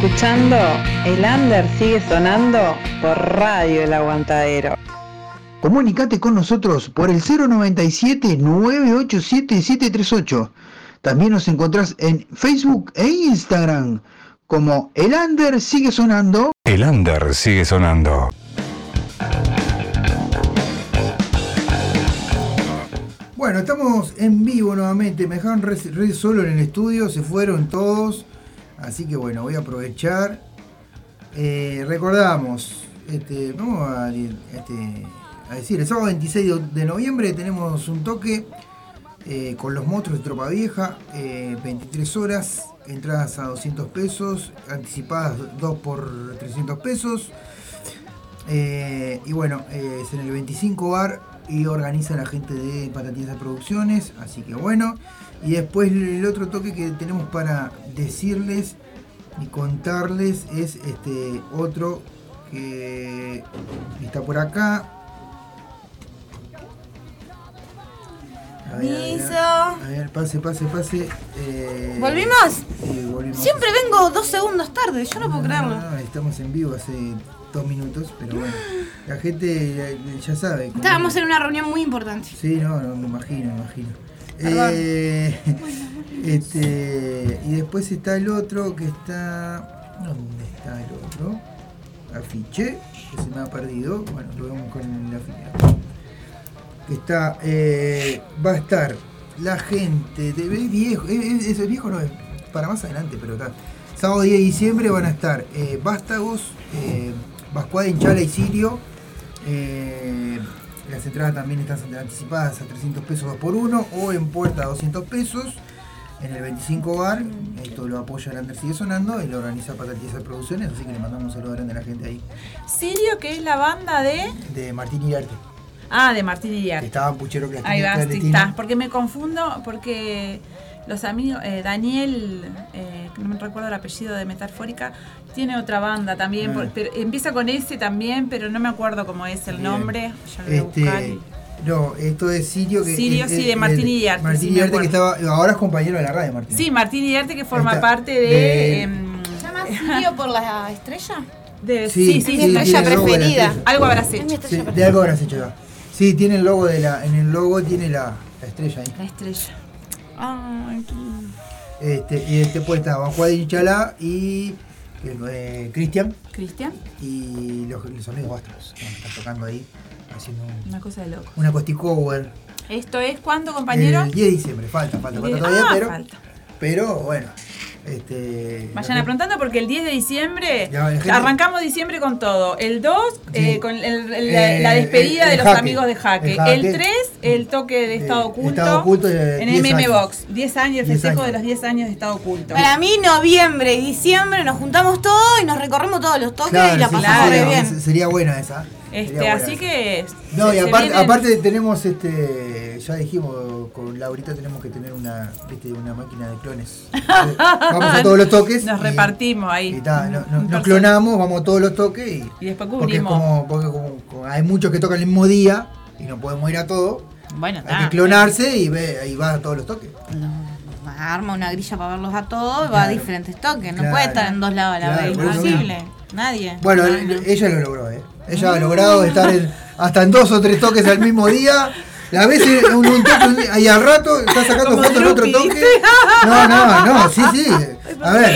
escuchando El Under Sigue Sonando por Radio El Aguantadero. Comunicate con nosotros por el 097-987-738. También nos encontrás en Facebook e Instagram como El Under Sigue Sonando. El Under sigue sonando. Bueno, estamos en vivo nuevamente. Me dejaron re solo en el estudio, se fueron todos. Así que bueno, voy a aprovechar. Recordamos, vamos a decir, el sábado 26 de noviembre tenemos un toque con los monstruos de Tropa Vieja, 23 horas, entradas a 200 pesos, anticipadas 2 por 300 pesos. Y bueno, es en el 25 bar y organiza la gente de Patatiza Producciones, así que bueno. Y después el otro toque que tenemos para decirles y contarles es otro que está por acá. A ver, pase. ¿Volvimos? Sí, volvimos. Siempre vengo 2 segundos tarde, yo no puedo creerlo. No, estamos en vivo hace 2 minutos, pero bueno, la gente ya sabe. Estábamos en una reunión muy importante. Sí, no, me imagino. Y después está el otro que está... ¿Dónde está el otro? Afiche, que se me ha perdido. Bueno, lo vemos con el afiche. Que está... va a estar la gente de viejo. Eso es viejo, no es para más adelante, pero está. Sábado 10 de diciembre van a estar Vástagos, Vascuada, Inchala y Sirio. Las entradas también están anticipadas a 300 pesos 2x1 o en puerta a 200 pesos en el 25 bar. Esto lo apoya el Under Sigue Sonando y lo organiza Patatiza Producciones, así que le mandamos un saludo grande a la gente ahí. Sirio, que es la banda de Martín Iriarte. Ah, de Martín Iriarte. Estaban Puchero Clandestino. Ahí va, sí está. Porque me confundo, porque los amigos, Daniel, no me recuerdo el apellido de Metafórica, tiene otra banda también, pero empieza con S también, pero no me acuerdo cómo es el nombre. Ya lo voy a buscar. No, esto es Sirio. Sirio, sí, de Martín Iriarte. Martín Iriarte, que estaba, ahora es compañero de la radio, Martín. Sí, Martín Iriarte, que forma parte de... ¿Se llama Sirio por la estrella? Sí, es mi estrella preferida. Algo habrás hecho. Sí, de algo habrás hecho ya. Sí, tiene el logo en el logo tiene la estrella ahí. La estrella. Ay, y después está Vascuada y Chalá y Cristian. Y los sonidos Vástagos que están tocando ahí, haciendo una cosa de loco. Una acosticover. ¿Esto es cuándo, compañero? El 10 de diciembre, falta todavía, pero bueno. Vayan aprontando porque el 10 de diciembre arrancamos diciembre con todo. El 2 con la despedida de los amigos de Jaque. El 3 el toque de Estado Oculto en MM Box. 10 años, el festejo de los 10 años de Estado Oculto. Para mí, noviembre y diciembre nos juntamos todos y nos recorremos todos los toques y la pasamos muy bien. Sería buena esa. Así que... No, y aparte tenemos, ya dijimos, con Laurita tenemos que tener una máquina de clones. Vamos a todos los toques. Nos repartimos ahí. Nos clonamos, vamos a todos los toques. Y después cubrimos. Porque como hay muchos que tocan el mismo día y no podemos ir a todos. Bueno, hay que clonarse y va a todos los toques. Arma una grilla para verlos a todos y va a diferentes toques. No puede estar en dos lados a la vez. Imposible. Nadie. Bueno, ella lo logró, Ella ha logrado estar hasta en 2 o 3 toques al mismo día. A veces un toque y al rato está sacando fotos en otro toque. No, sí. A ver,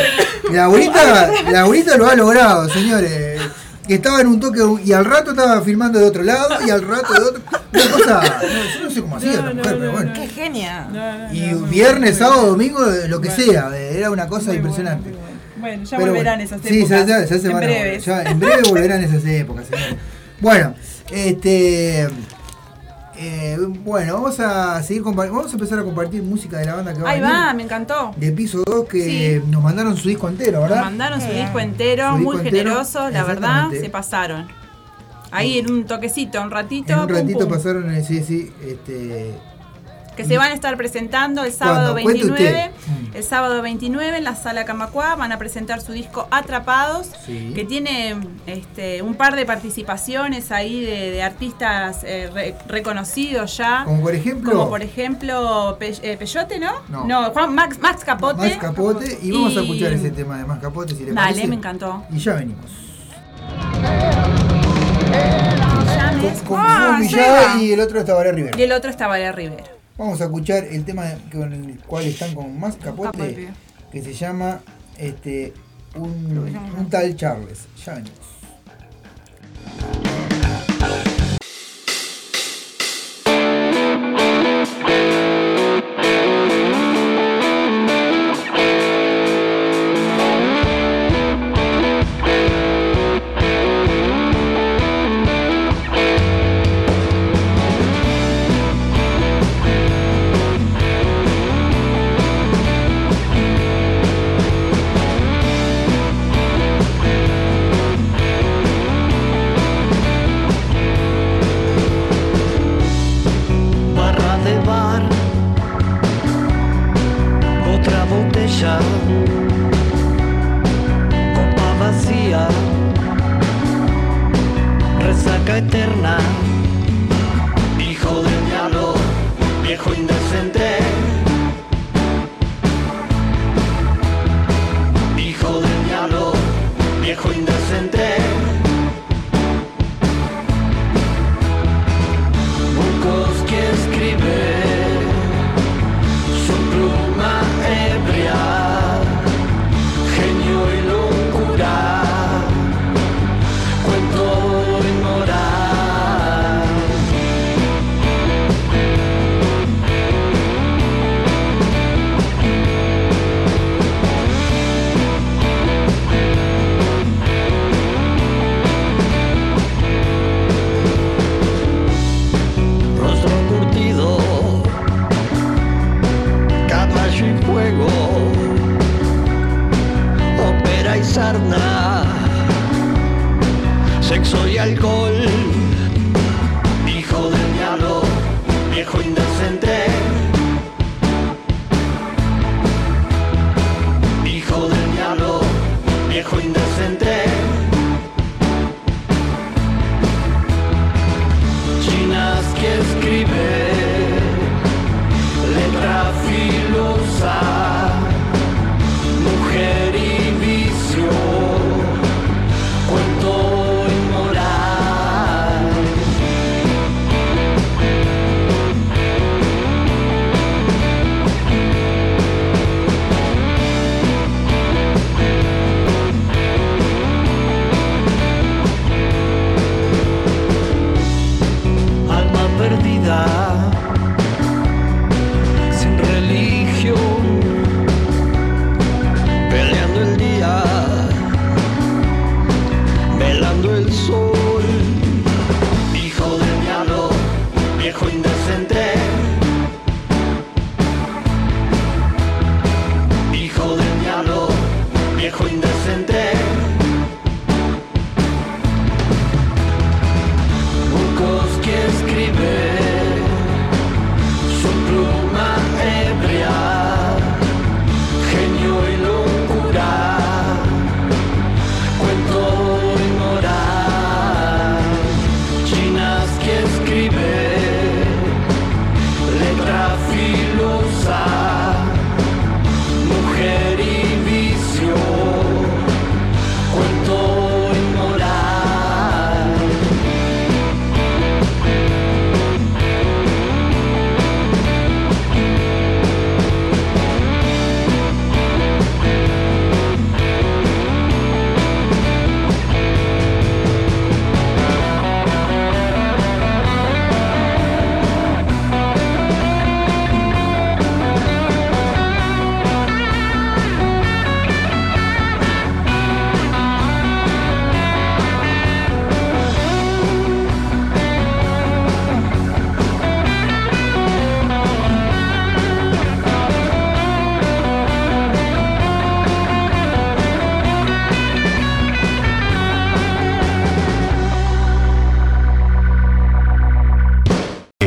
Laurita lo ha logrado, señores. Que estaba en un toque y al rato estaba filmando de otro lado y al rato de otro. Una cosa, yo no sé cómo hacía la mujer, pero bueno. Qué genia. Y viernes, sábado, domingo, lo que sea, era una cosa impresionante. Bueno, ya volverán esas épocas. Sí, en breve volverán esas épocas, señores. Bueno, bueno, vamos a empezar a compartir música de la banda que va a venir. Ahí va, me encantó. De Piso 2 que nos mandaron su disco entero, ¿verdad? Nos mandaron su disco entero, muy generosos, la verdad, se pasaron. Ahí en un toquecito, un ratito. En un ratito pasaron, sí. que se van a estar presentando el sábado ¿Cuándo? Cuente 29. usted. El sábado 29 en la Sala Camacuá van a presentar su disco Atrapados, Sí. que tiene un par de participaciones ahí de artistas reconocidos ya. Como por ejemplo. Peyote, ¿no? No. Max Capote. Max Capote, y vamos a escuchar ese tema de Max Capote, si le parece. Dale, me encantó. Y ya venimos. Con Ah, Villada y el otro es Tabaré Rivera. Y el otro es Tabaré Rivera. Vamos a escuchar el tema con el cual están con Max Capote, que se llama un tal Charles. Ya venimos. copa vacía, resaca eterna, hijo del diablo, viejo indecente, hijo del diablo, viejo indecente. Bucos que escribe su pluma ebria, genio y locura, cuento inmoral. Rostro curtido, caballo y fuego, ópera y sarna, sexo y alcohol, hijo del diablo, viejo indecente, hijo del diablo, viejo indecente. Chinas que escribe letra filosa, mujer y vicio, cuento inmoral.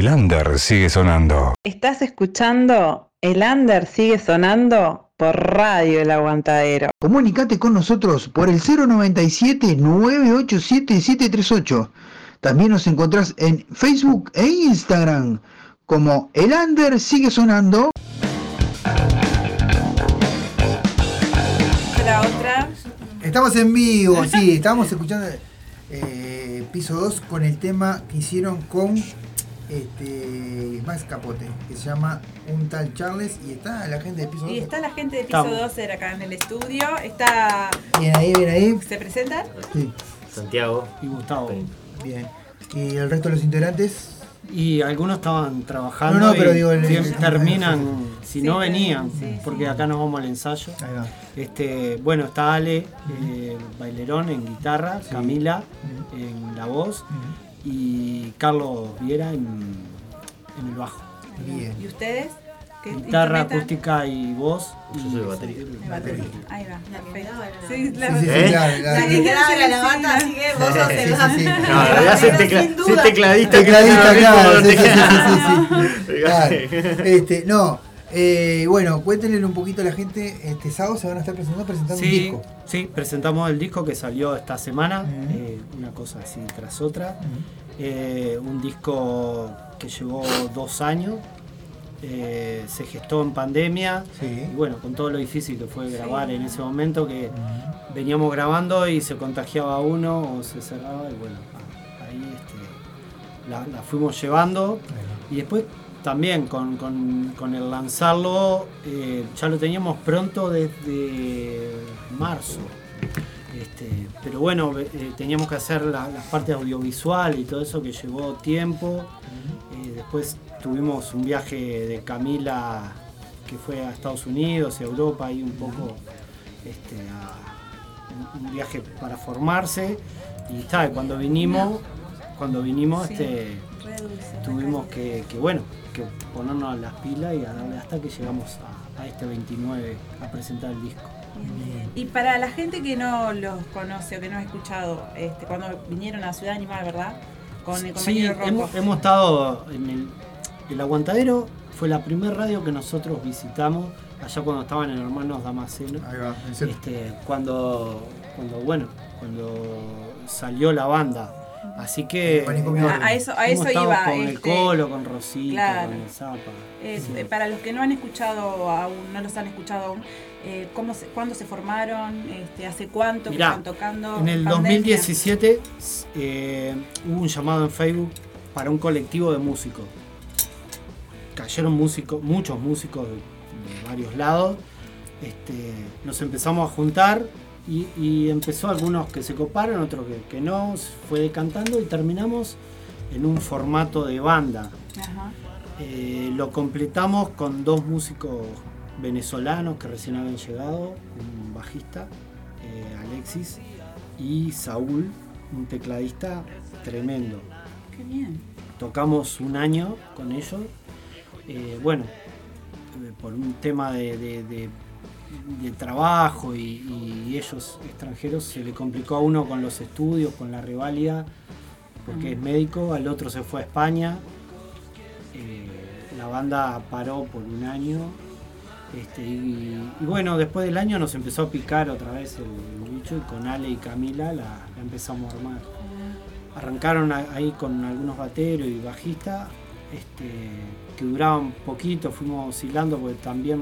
El under sigue sonando. Estás escuchando El Under sigue sonando por Radio El Aguantadero. Comunicate con nosotros por el 097-987-738. También nos encontrás en Facebook e Instagram como El Under sigue sonando. La otra. Estamos en vivo, sí, estamos escuchando Piso 2 con el tema que hicieron con Max Capote, que se llama Un Tal Charles, y está la gente de Piso 2. Y está la gente de Piso 2 acá en el estudio. Está. Bien ahí. ¿Se presentan? Sí. Santiago y Gustavo. Bien. ¿Y el resto de los integrantes? Y algunos estaban trabajando. No, pero digo, terminan, si no venían, porque acá nos vamos al ensayo. Ahí va. Bueno, está Ale, Bailerón en guitarra, Camila en la voz y Carlos Viera en el bajo. Bien. ¿Y ustedes? Guitarra acústica y voz. Yo soy batería. Ahí va, perfecto. Sí, claro. La que quedaba en la bata, así que vos sos el bajo. No, en realidad soy tecladista. Claro. Bueno, cuéntenle un poquito a la gente. Este sábado se van a estar presentando un disco. Sí, presentamos el disco que salió esta semana, una cosa así tras otra. Un disco que llevó 2 años. Se gestó en pandemia y bueno, con todo lo difícil que fue grabar en ese momento, que veníamos grabando y se contagiaba uno o se cerraba, y bueno, ahí la fuimos llevando. Y después también con el lanzarlo, ya lo teníamos pronto desde marzo, pero bueno, teníamos que hacer las partes audiovisuales y todo eso, que llevó tiempo. Después tuvimos un viaje de Camila que fue a Estados Unidos y a Europa, y un poco un viaje para formarse, y cuando vinimos tuvimos que ponernos las pilas y a darle hasta que llegamos a este 29 a presentar el disco. Y para la gente que no los conoce o que no ha escuchado, cuando vinieron a Ciudad Animal, ¿verdad? Con el compañero Rocco. Hemos estado en el Aguantadero. Fue la primera radio que nosotros visitamos allá cuando estaban en Hermanos Damasceno. Ahí va, cuando salió la banda. Así que a eso iba. Con el Colo, con Rosita, claro, con el Zapa. Para los que no han escuchado aún, no los han escuchado aún, ¿cuándo se formaron? ¿Hace cuánto que están tocando? En el 2017 hubo un llamado en Facebook para un colectivo de músicos. Cayeron muchos músicos de varios lados. Nos empezamos a juntar. Y empezó algunos que se coparon, otros que no, fue decantando y terminamos en un formato de banda. Ajá. Lo completamos con 2 músicos venezolanos que recién habían llegado, un bajista, Alexis, y Saúl, un tecladista tremendo. Qué bien. Tocamos 1 año con ellos. Por un tema de trabajo y ellos extranjeros, se le complicó a uno con los estudios, con la reválida, porque es médico, al otro se fue a España. La banda paró por 1 año, y bueno, después del año nos empezó a picar otra vez el bicho, y con Ale y Camila la empezamos a armar. Arrancaron ahí con algunos bateros y bajistas, que duraban poquito, fuimos oscilando porque también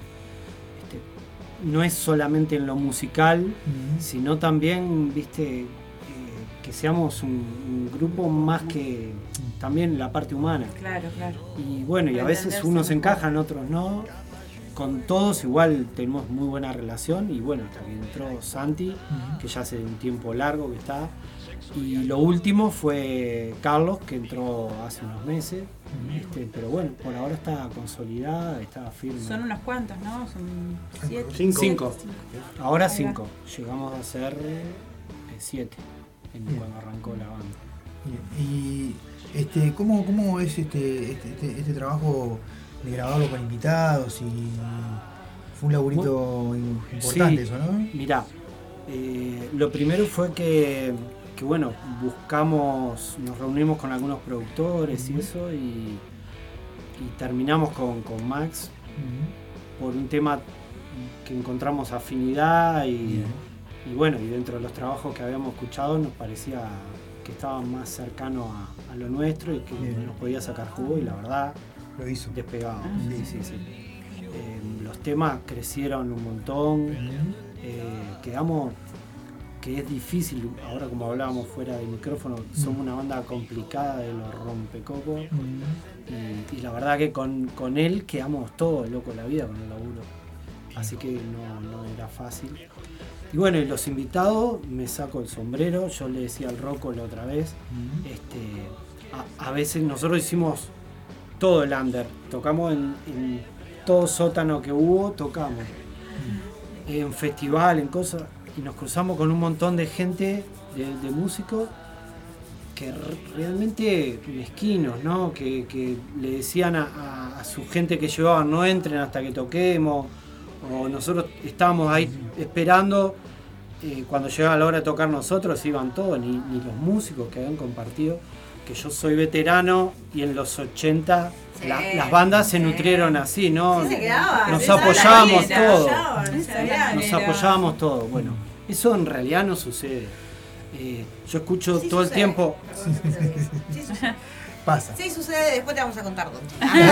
no es solamente en lo musical, sino también, que seamos un grupo más que también la parte humana. Claro. Y bueno, y a veces unos encajan, otros no. Con todos igual tenemos muy buena relación, y bueno, hasta que entró Santi, que ya hace un tiempo largo que está. Y lo último fue Carlos, que entró hace unos meses. Pero bueno, por ahora está consolidada, está firme. Son unos cuantos, ¿no? Son 7. 5. Ahora 5. Llegamos a ser 7 cuando arrancó la banda. Y ¿cómo es este trabajo de grabarlo con invitados? Y fue un laburito importante, eso, ¿no? Mirá, lo primero fue que que bueno, nos reunimos con algunos productores y eso, y terminamos con Max por un tema que encontramos afinidad y bueno, y dentro de los trabajos que habíamos escuchado nos parecía que estaba más cercano a lo nuestro y que nos podía sacar jugo, y la verdad lo hizo. Despegado. Sí. Los temas crecieron un montón, quedamos, que es difícil, ahora como hablábamos fuera del micrófono, somos una banda complicada de los rompecocos, y la verdad que con él quedamos todos locos la vida con el laburo, así que no era fácil. Y bueno, y los invitados, me saco el sombrero, yo le decía al Rocco la otra vez, a veces nosotros hicimos todo el under, tocamos en todo sótano que hubo, tocamos, en festival, en cosas, y nos cruzamos con un montón de gente, de músicos, que realmente mezquinos, ¿no? Que le decían a su gente que llevaban, no entren hasta que toquemos, o nosotros estábamos ahí esperando, cuando llegaba la hora de tocar nosotros iban todos, ni los músicos que habían compartido, que yo soy veterano y en los 80 las bandas se nutrieron así, ¿no? Sí, se quedaban, nos se apoyábamos daban todos, nos apoyábamos todos. Bueno, eso en realidad no sucede. Yo escucho todo el tiempo. Sí, sucede. Pasa. Sí, sucede, después te vamos a contar dónde.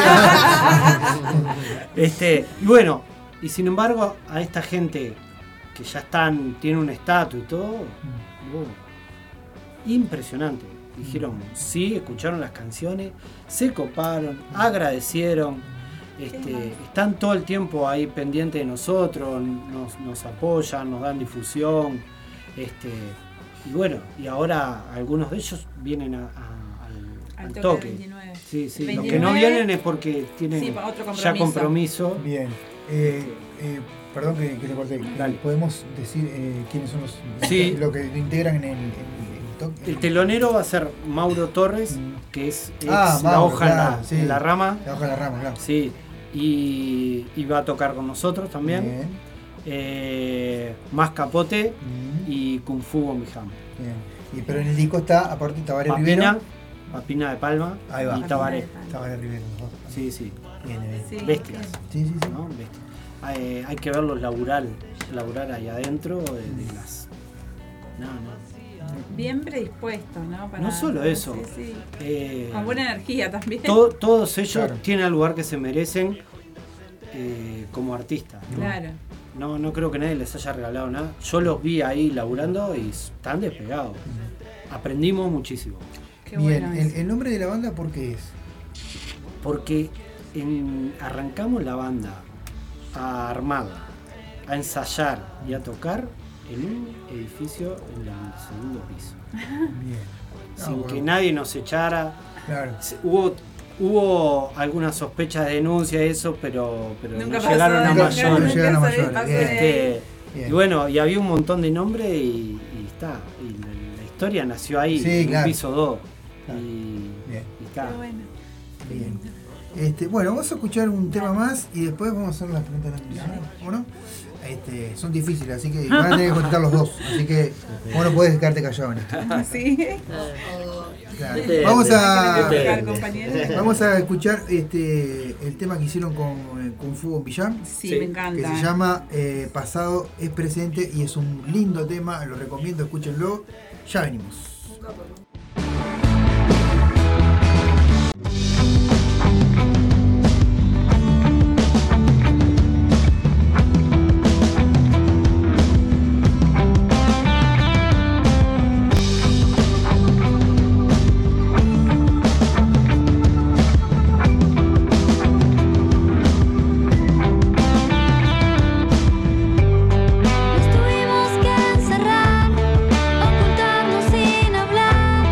Y bueno, y sin embargo, a esta gente que ya tiene un estatus y todo, bueno, impresionante. Dijeron sí, escucharon las canciones, se coparon, agradecieron, están todo el tiempo ahí pendientes de nosotros, nos apoyan, nos dan difusión, y bueno, y ahora algunos de ellos vienen al toque. 29. Sí, El 29, los que no vienen es porque tienen otro ya compromiso. Bien. Perdón que te corté. Dale. ¿Podemos decir quiénes son los lo que integran en el toque? El telonero va a ser Mauro Torres, que es Mauro, la hoja claro, en la rama. La hoja en la rama, claro. Sí, y va a tocar con nosotros también. Más Capote y Kung Fu Bombijam. Bien. Pero en el disco está, aparte, Tabaré Rivero. Papina de Palma. Ahí va. Y Tabaré. Tabaré Rivero. Sí. Bien. Sí, Bestias. Sí. ¿No? Bestias. Hay que verlos laburar ahí adentro de las... No. Bien predispuestos, ¿no? No solo eso. Sí. Con buena energía también. Todos ellos Claro. tienen el lugar que se merecen como artistas, ¿no? Claro. No creo que nadie les haya regalado nada. Yo los vi ahí laburando y están despegados. Aprendimos muchísimo. Qué Bien, bueno eso. el nombre de la banda, ¿por qué es? Porque arrancamos la banda a armar, a ensayar y a tocar en un edificio en el segundo piso. Bien. Sin que nadie nos echara. Claro. Hubo algunas sospechas de denuncia y eso, pero Nunca no llegaron a pasó, mayores. No llegaron a mayores. Y bueno, y había un montón de nombres y está. Y la historia nació ahí, Sí, en claro. el piso 2. Claro. Bien. Y está. Qué bueno. Bien. Bueno, vamos a escuchar un tema más y después vamos a hacer las preguntas de la televisión. ¿O no? Son difíciles, así que van a tener que contestar los dos. Así que vos no podés quedarte callado en esto. Sí. Claro. Compañeros. Vamos a escuchar el tema que hicieron con Kung Fu Bombijam. Sí, me encanta. Que se llama Pasado es Presente y es un lindo tema, lo recomiendo, escúchenlo. Ya venimos. Nos tuvimos que encerrar, ocultarnos sin hablar.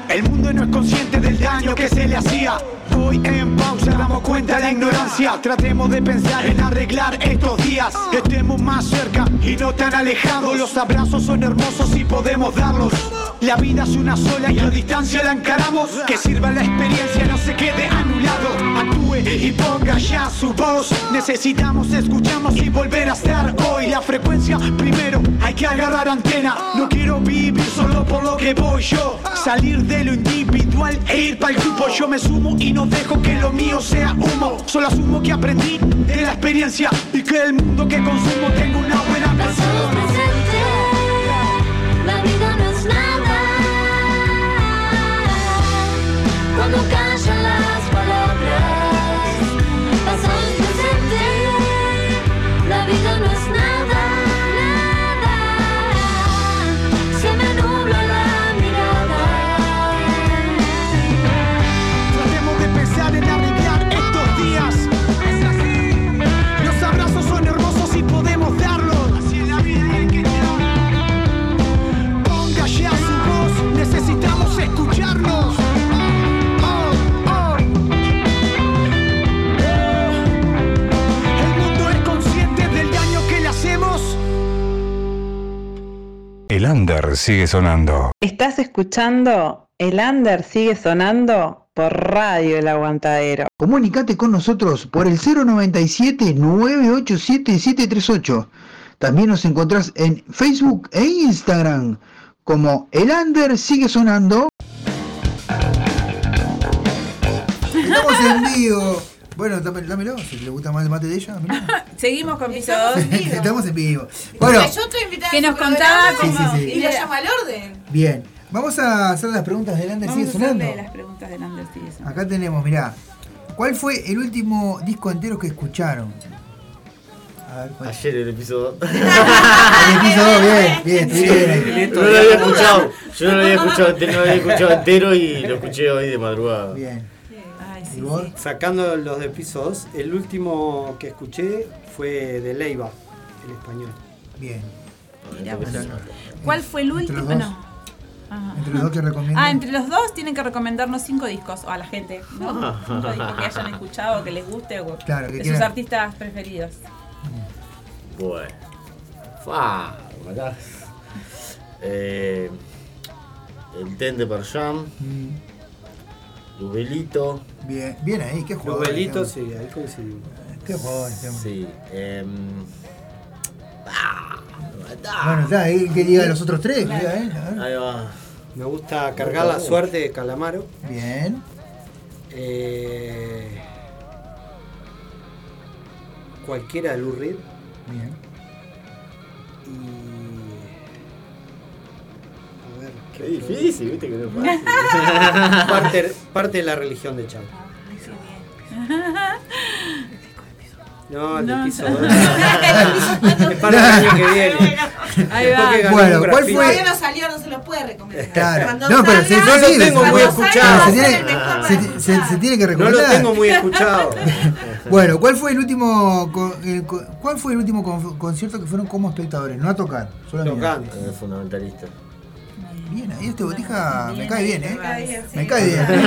El mundo no es consciente del daño que se le hacía. Hoy en pausa damos cuenta de la ignorancia. Tratemos de pensar en arreglar estos días. Estemos más cerca y no tan alejados. Los abrazos son hermosos y podemos darlos. La vida es una sola y a distancia la encaramos. Que sirva la experiencia, no se quede anulado. Actúe y ponga ya su voz. Necesitamos escucharnos y volver a estar hoy. La frecuencia primero, hay que agarrar antena. No quiero vivir solo por lo que voy yo. Salir de lo individual e ir para el grupo. Yo me sumo y no dejo que lo mío sea humo. Solo asumo que aprendí de la experiencia y que el mundo que consumo tenga una buena Pasado presente, la vida no es nada. Cuando callan las palabras, pasado presente, la vida no es nada, nada. Se me nubla la mirada. Tratemos de pensar en arreglar estos días. Es así. Los abrazos son hermosos y podemos darlos. Así es la vida y hay que ponga ya su voz. Necesitamos escucharnos. El mundo es consciente del daño que le hacemos. El under sigue sonando. Estás escuchando El Under Sigue Sonando por Radio El Aguantadero. Comunicate con nosotros por el 097-987-738. También nos encontrás en Facebook e Instagram como El Under Sigue Sonando. Estamos en vivo. Bueno, dámelo, si le gusta más el mate de ella, dámelo. Seguimos con piso 2. Estamos en vivo. Bueno, Yo estoy invitada que nos a su programa contaba Sí, cómo... sí, sí. y lo llama al orden. bien. Vamos a hacer las preguntas del Under Sigue Vamos a Sonando. hacerle las preguntas del Under Sigue Sonando. Acá tenemos, mirá. ¿Cuál fue el último disco entero que escucharon? A ver, ¿cuál? Ayer el episodio 2. El episodio 2, bien, bien. No lo había escuchado. Yo no lo había escuchado entero y lo escuché hoy de madrugada. Bien. Ay, ¿Y sí, vos? sí. Sacando los de piso 2, el último que escuché fue de Leiva, el español. Bien. Mirá vos. ¿Cuál fue el Entre los último? dos. No. Ajá. Entre los dos que recomiendan. Entre los dos tienen que recomendarnos 5 discos, o a la gente, ¿no? 5 discos que hayan escuchado, que les guste, o Claro, que de quieran. sus artistas preferidos. Bueno. Matás. El Ten de Perjam. Lubelito. Bien, bien ahí, qué jugador. Lubelito, sí, ahí coincidimos. Qué jugador, Sí. Bueno, está ahí que diga los otros tres. Que diga, a ver. Ahí va. Me gusta Cargar la Suerte de Calamaro. Bien. Cualquiera de Lou Reed. Bien. Y. A ver, Qué difícil, viste que no es fácil. parte de la religión de Chavo. No, el de piso 2. Es para el año que viene. Ahí va. Después que gané Bueno, un ¿cuál graffiti. fue? Todavía no salió, no se lo puede recomendar. Claro. Cuando No, pero salga, no lo tengo muy escuchado. Se tiene que No recomendar. lo tengo muy escuchado. Bueno, ¿cuál fue el último concierto que fueron como espectadores? No a tocar, solo a mirar. Tocando. Fundamentalista. Bien, ahí este botija me cae bien, ¿eh? Me cae bien, sí. Me cae bien. Ahí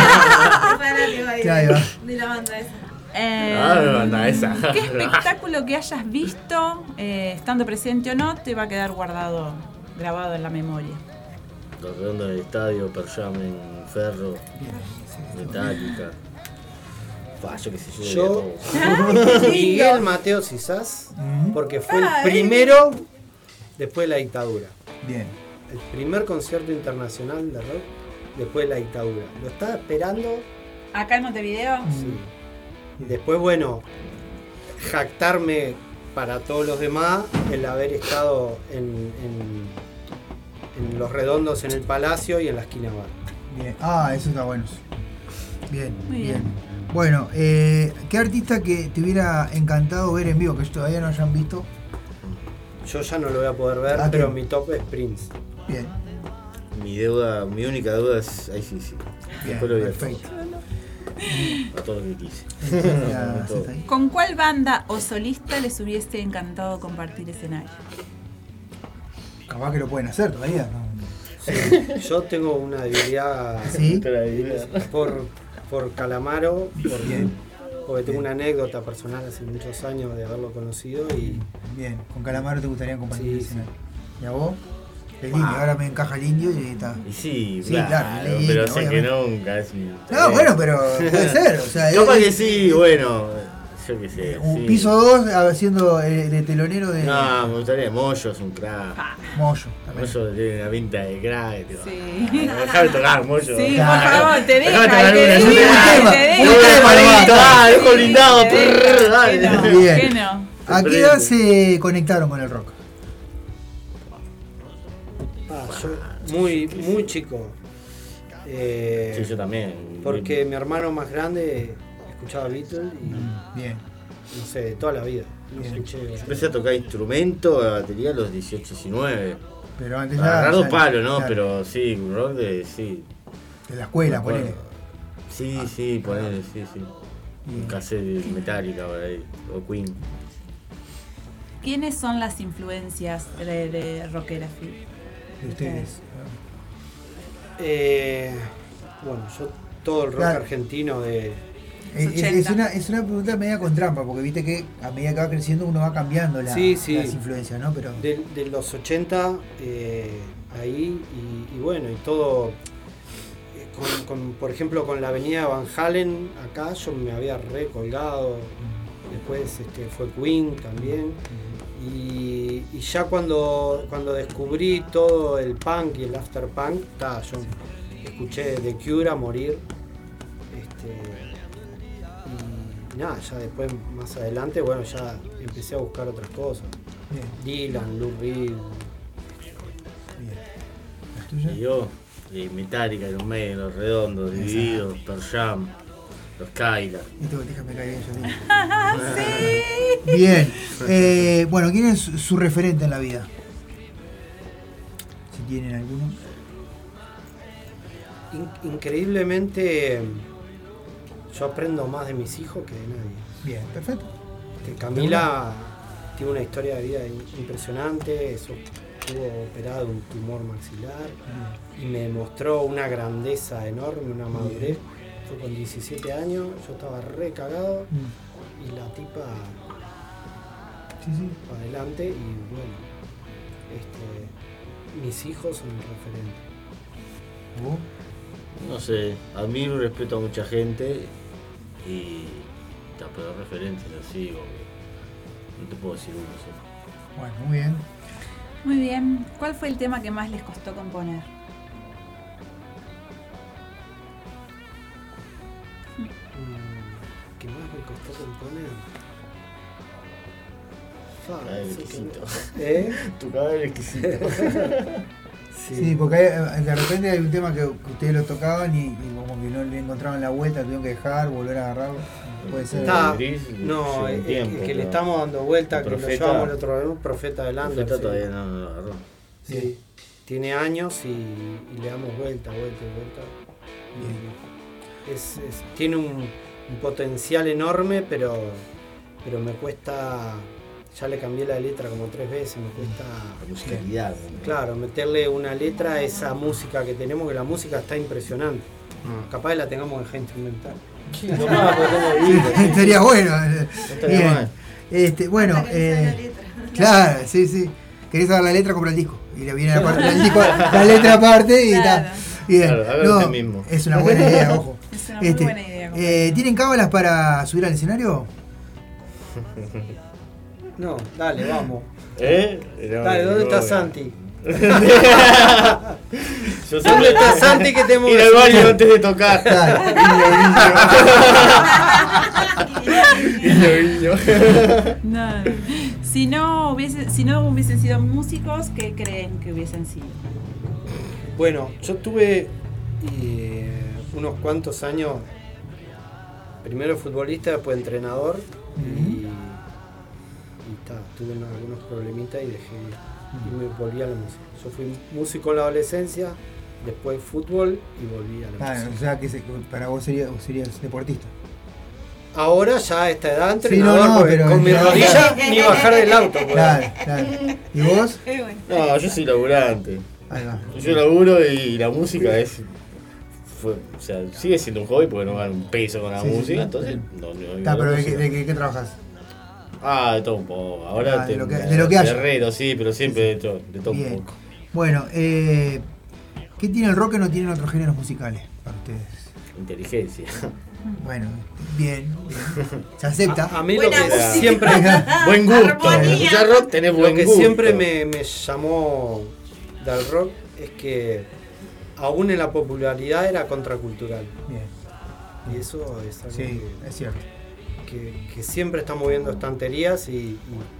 Ahí va. de la banda esa. Anda, esa. ¿Qué espectáculo que hayas visto, estando presente o no, te va a quedar grabado en la memoria? Los redondos del estadio, Perjam en Ferro, Metallica. Yo qué sé, Yo, yo Miguel Mateo Cisás, porque fue el primero después de la dictadura. Bien. El primer concierto internacional de rock después de la dictadura. Lo estaba esperando. ¿Acá en Montevideo? Sí. Y después, bueno, jactarme para todos los demás el haber estado en los redondos en el Palacio y en la esquina bar. Bien. Eso está bueno. Bien, Muy bien. Bueno, ¿qué artista que te hubiera encantado ver en vivo, que todavía no hayan visto? Yo ya no lo voy a poder ver, pero mi top es Prince. Bien. Mi única deuda es ICC. Bien, Después lo voy a perfecto. a todo lo que quise. ¿Con cuál banda o solista les hubiese encantado compartir escenario? Capaz que lo pueden hacer todavía, ¿no? Sí, yo tengo una debilidad ¿Sí? por Calamaro, porque tengo una anécdota personal hace muchos años de haberlo conocido y... Bien, con Calamaro te gustaría compartir el Sí, escenario. ¿Y a vos? El indio, ahora me encaja el indio y está. Y sí, claro, el indio, pero sé que obviamente. nunca es mi... No, bueno, pero puede ser, o sea, capaz que sí, bueno, yo qué sé. Un sí. piso 2 haciendo de telonero de... No, me gustaría Moyo, es un crack. Moyo, también. Moyo tiene una pinta de crack. Tipo. Sí. Dejame tocar, Moyo. Sí, por favor, te deja, Dejame te tocar deja, te dale, ojo blindado. Bien. ¿Qué no? ¿A qué edad se conectaron con el rock? Yo muy chico. Sí, yo también. Porque mi hermano más grande escuchaba Beatles y... Bien. No sé, de toda la vida. No escuché... Yo empecé a tocar instrumento, la batería a los 18, 19. Pero antes ya... Agarrar dos ya- palos, ¿no? claro. Pero sí, rock sí. De la escuela, Me acuerdo. ponele. Sí, ponele, sí. Un cassette Metallica por ahí, o Queen. ¿Quiénes son las influencias de rockeras, Phil? De ustedes. Bueno, yo todo el rock Claro. argentino de... Es una pregunta media con trampa, porque viste que a medida que va creciendo uno va cambiando las influencias, ¿no? Pero De los 80, ahí, y bueno, y todo... por ejemplo, con la avenida Van Halen, acá yo me había recolgado. Después fue Queen también. Y ya cuando descubrí todo el punk y el after punk, yo escuché The Cure a morir. Y nada, ya después más adelante, bueno, ya empecé a buscar otras cosas. Dylan, Lou Reed. Y yo, Metallica, Iron Maiden, Los Redondos, Divididos, Pearl Jam, Los Kyla. déjame caer yo. Sí. Bien. Bueno, ¿quién es su referente en la vida? Si tienen alguno. Increíblemente, yo aprendo más de mis hijos que de nadie. Bien, perfecto. Camila tiene una historia de vida impresionante, estuvo operada de un tumor maxilar y me demostró una grandeza enorme, una madurez. Fue con 17 años, yo estaba re cagado y la tipa para adelante y bueno, mis hijos son el referente. ¿Vos? No sé, admiro y respeto a mucha gente y pero referentes así, no te puedo decir uno solo. Bueno, muy bien. Muy bien. ¿Cuál fue el tema que más les costó componer? ¿Qué más me costó componer? Cadáver exquisito. Tu cadáver exquisito. Sí, porque de repente hay un tema que ustedes lo tocaban y como que no le encontraban la vuelta, tuvieron que dejar, volver a agarrarlo. Puede ser. No, el que le estamos dando vuelta, que lo llevamos el otro día, Profeta del Ander. Profeta todavía no lo agarró. Sí, tiene años y le damos vuelta. Tiene un potencial enorme, pero me cuesta. Ya le cambié la letra como 3 veces, me cuesta... La musicalidad. Claro, meterle una letra a esa música que tenemos, que la música está impresionante. Capaz la tengamos en gente instrumental. Estaría bueno. Bien. Bueno, claro, sí. Querés saber la letra, compra el disco. Y le viene la parte del disco, la letra aparte y está. Bien. Claro, usted mismo. Es una buena idea, ojo. Es una muy buena idea. ¿Tienen cábalas para subir al escenario? No, dale, vamos. No, dale, ¿dónde está Santi? ¿Dónde está Santi que tenemos ir al baño antes de tocar? No. Si no hubiesen sido músicos, ¿qué creen que hubiesen sido? Bueno, yo tuve unos cuantos años, primero futbolista, después entrenador y tuve algunos problemitas y dejé y me volví a la música. Yo fui músico en la adolescencia, después fútbol y volví a la música. O sea que para vos serías deportista. Ahora ya a esta edad entrenador, pero con mi rodilla ni bajar del auto. Claro. ¿Y vos? No, yo soy laburante. Ahí va. Yo laburo y la música o sea, sigue siendo un hobby porque no gano un peso con la música, entonces no. Pero ¿de qué trabajas? De todo un poco. Ahora de lo que haya. Herrero, sí, pero siempre de todo un poco. Bueno, ¿qué tiene el rock que no tienen otros géneros musicales para ustedes? Inteligencia. Bueno, bien. Se acepta. A mí lo que siempre... buen gusto. Escuchar rock tenés buen gusto. Lo que siempre me llamó del rock es que aún en la popularidad era contracultural. Bien. Y eso es algo es cierto. Que siempre está moviendo estanterías y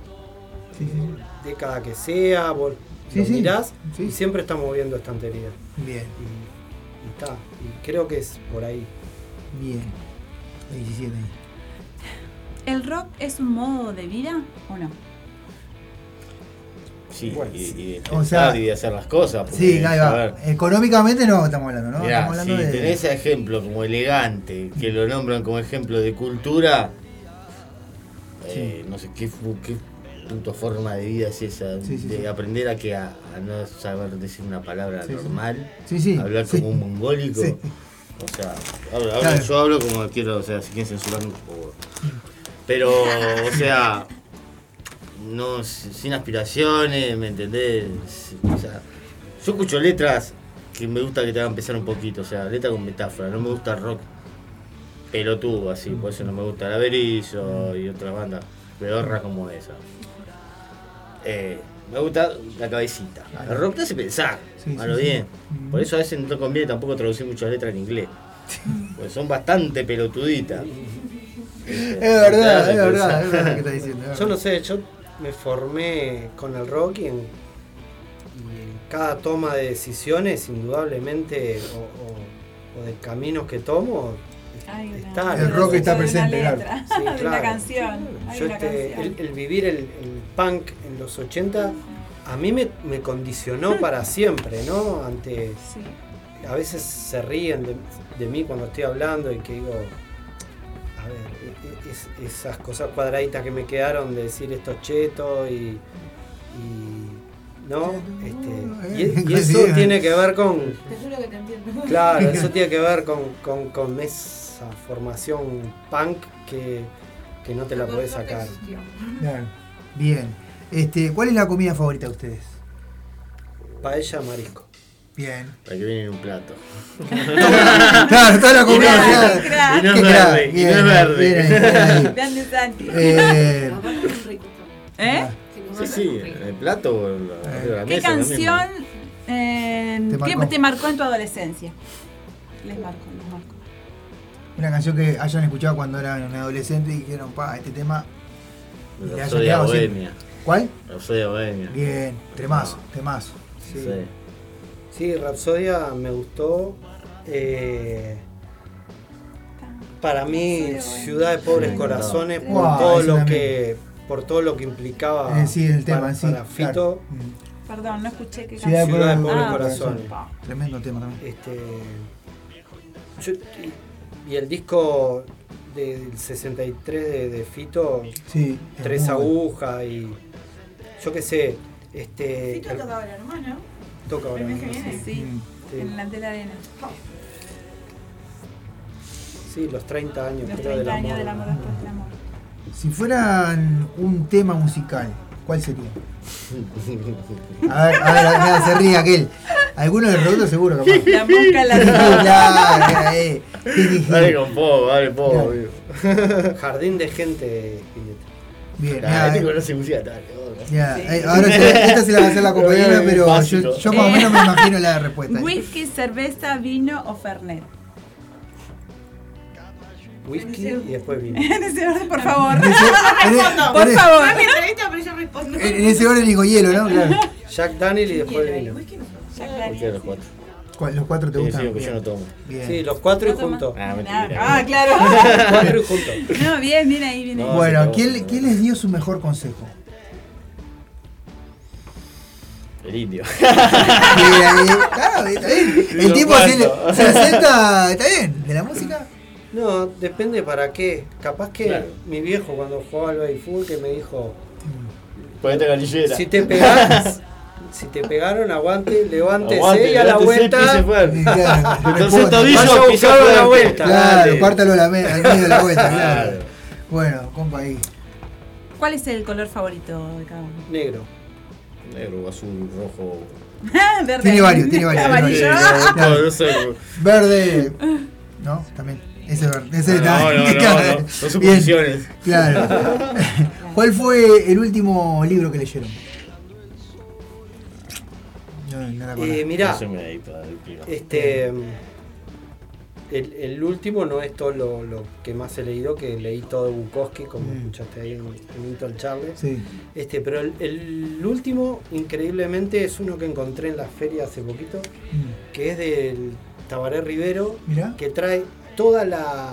década que sea, vos lo mirás y siempre está moviendo estanterías. Bien. Y está. Y creo que es por ahí. Bien. 17 años. ¿El rock es un modo de vida o no? Sí, y de pensar y de hacer las cosas. Porque, sí, ahí va. Económicamente no estamos hablando, ¿no? Mirá, estamos hablando si tenés ejemplo como Elegante, que lo nombran como ejemplo de cultura, no sé qué puto forma de vida es esa, de aprender a no saber decir una palabra normal, hablar como un mongólico. O sea, claro. Yo hablo como quiero, o sea, si quieren censurarme un poco. Pero, o sea, no, sin aspiraciones, ¿me entendés? O sea, yo escucho letras que me gusta que te hagan pensar un poquito, o sea, letras con metáfora, no me gusta el rock pelotudo así, por eso no me gusta el Averizo y otras bandas pedorras como esa. Me gusta la cabecita. El rock te hace pensar, a lo bien. Por eso a veces no conviene tampoco traducir muchas letras en inglés. Porque son bastante pelotuditas. Es verdad que estás diciendo. Yo no sé, yo me formé con el rock y en cada toma de decisiones, indudablemente, o de caminos que tomo, está. El rock está presente, claro. Sí, claro. Una canción. Yo el vivir el punk en los 80 a mí me condicionó para siempre, ¿no? A veces se ríen de mí cuando estoy hablando y que digo, a ver, esas cosas cuadraditas que me quedaron de decir estos chetos y ¿no? Y eso tiene que ver con... Te juro que te entiendo. Claro, eso tiene que ver con esa formación punk que no te la podés sacar. Claro. Bien. ¿Cuál es la comida favorita de ustedes? Paella marisco. Bien. Para que viene en un plato. Claro, toda la comida. Y no es verde. Y no es verde. Grande Santi. Sí, el plato o la ¿Qué mesa, canción te marcó en tu adolescencia? Les marcó. Una canción que hayan escuchado cuando eran un adolescente y dijeron, este tema. Rapsodia Bohemia. ¿Cuál? Rapsodia Bohemia. Bien, temazo. Sí, Rapsodia me gustó. Para mí, Ciudad de Pobres Corazones, por todo lo que implicaba el tema, para Fito. Claro. Perdón, no escuché qué canción. Ciudad de Pobres Corazones. Tremendo tema también. Y el disco del 63 de Fito, Tres Agujas y yo qué sé. Fito tocaba ahora, hermano. Toca ahora. Sí, en la Antena Arena. Sí, los 30 años. Los 30 años del amor después del amor. Si fueran un tema musical, ¿cuál sería? A ver, se ríe aquel. Alguno de los seguro, capaz. La mosca la Dale con poco, dale poco. Jardín de gente. Bien. Este conoce música tal. Ahora esta se la va a hacer la compañera, pero yo más o menos me imagino la respuesta. Whisky, cerveza, vino o Fernet. Whisky y después vino. En ese orden, por favor. Por favor. Es mi entrevista, pero yo respondo. En ese orden digo hielo, ¿no? Claro. Jack Daniel y después vino. Cualquiera de los cuatro. ¿Los cuatro te gustan? Sí, que yo no tomo. Bien. Sí, los cuatro y juntos. Ah, claro. Los cuatro y juntos. No, bien ahí. No, bueno, ¿quién les dio su mejor consejo? El indio. Claro, está bien. El tipo se acepta, está bien, de la música. No, depende para qué. Capaz que mi viejo cuando jugaba al béisbol que me dijo, ponete galillera. si te pegás, Si te pegaron, aguante, levántese Aguante, y a la levántese, pise vuelta. fuerte. Claro, Entonces tobillo, vaya a pisa buscarlo a la fuerte. vuelta. claro, Dale. pártalo al medio de la vuelta, claro. Bueno, compa ahí. ¿Cuál es el color favorito de cada uno? Negro. Negro, azul, rojo. Verde. Tiene varios, tiene varios. Amarillo. Claro. No sé. Verde. No, también. Ese es verde. Ese está. No son suposiciones. Claro. ¿Cuál fue el último libro que leyeron? Mirá, No se me da ahí para el pico. el último no es todo lo que más he leído, que leí todo de Bukowski, como escuchaste ahí en Milton Charles. Sí. Pero el último, increíblemente, es uno que encontré en la feria hace poquito, que es del Tabaré Rivero, Mirá. que trae todas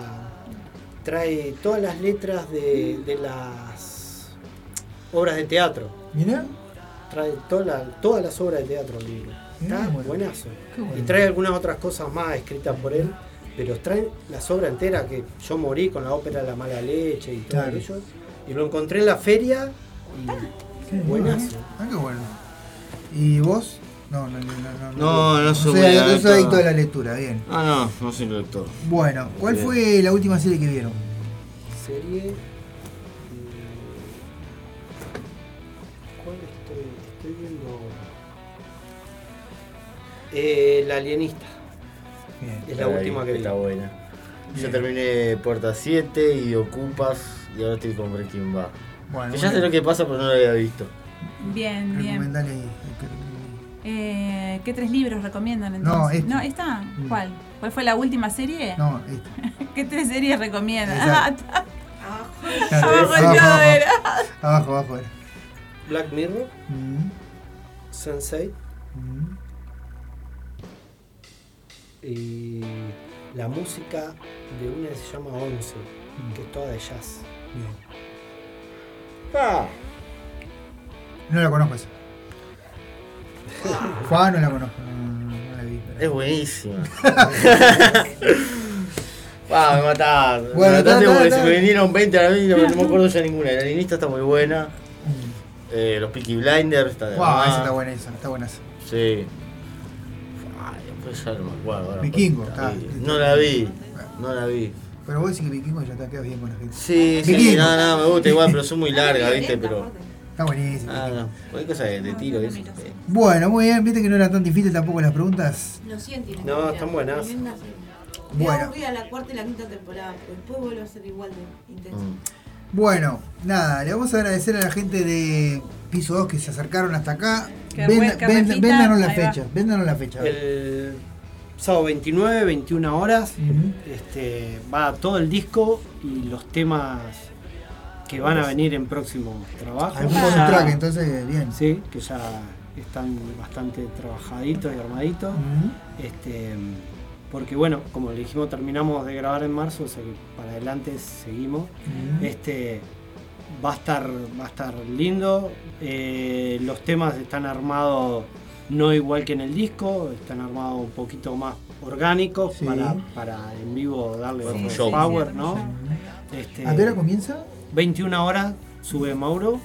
las letras de las obras de teatro. Mirá. Trae todas las obras de teatro el libro. Está buenazo. bueno. Y trae algunas otras cosas más escritas por él, pero trae las obras enteras, que yo morí con la ópera La Mala Leche y todo aquello. Y lo encontré en la feria y buenazo. Qué bueno. ¿Y vos? No soy soy adicto a la lectura, bien. No soy lector. Bueno, ¿cuál Bien. fue la última serie que vieron? Serie. ¿Cuál estoy viendo? El Alienista. Bien. Es la última que vi. Está buena. Yo Bien. terminé Puerta 7 y Ocupas y ahora estoy con Breaking Bad. Bueno, Que ya sé lo que pasa, pero no lo había visto. Bien, bien. Recomendale ahí. ¿Qué 3 libros recomiendan entonces? No, ¿esta? ¿Cuál? ¿Cuál fue la última serie? No, esta. ¿Qué 3 series recomiendan? Exacto. Abajo el cadáver. Abajo era. Black Mirror, Mm, Sense8 y la música de una que se llama 11, que es toda de jazz. Bien. No la conozco esa. Juan no la conozco, no la vi. Es buenísima. Me mataste. Bueno, Me mataste porque está. se me vinieron 20 a mí, no me acuerdo ya ninguna. El Alienista está muy buena. Los Peaky Blinders está de Esa está buena, está buena. Sí. Después ya no me acuerdo. ahora, Vikingo, pues, está. No la vi. Pero vos decís que Vikingo ya te quedas bien con la gente. Sí, Vikingo. me gusta igual, pero son muy largas, ¿viste? Pero. Está buenísimo. Hay cosas de tiro y eso. Bueno, muy bien, viste que no era tan difícil tampoco las preguntas. Lo siento. No, están buenas. Bueno. aburrida la cuarta y la quinta temporada, pero después vuelve a ser igual de intenso. Bueno, nada, le vamos a agradecer a la gente de Piso 2 que se acercaron hasta acá. Que repita, Véndanos la ahí va. fecha, véndanos la fecha. El sábado 29, 21 horas, va todo el disco y los temas que van a venir en próximos trabajos. Algún bonus track, entonces, bien. Sí, que ya están bastante trabajaditos y armaditos. Porque bueno, como le dijimos, terminamos de grabar en marzo, o sea que para adelante seguimos. Va a estar lindo. Los temas están armados no igual que en el disco, están armados un poquito más orgánicos para en vivo darle un show. power, ¿no? ¿A qué hora comienza? 21 horas sube Mauro.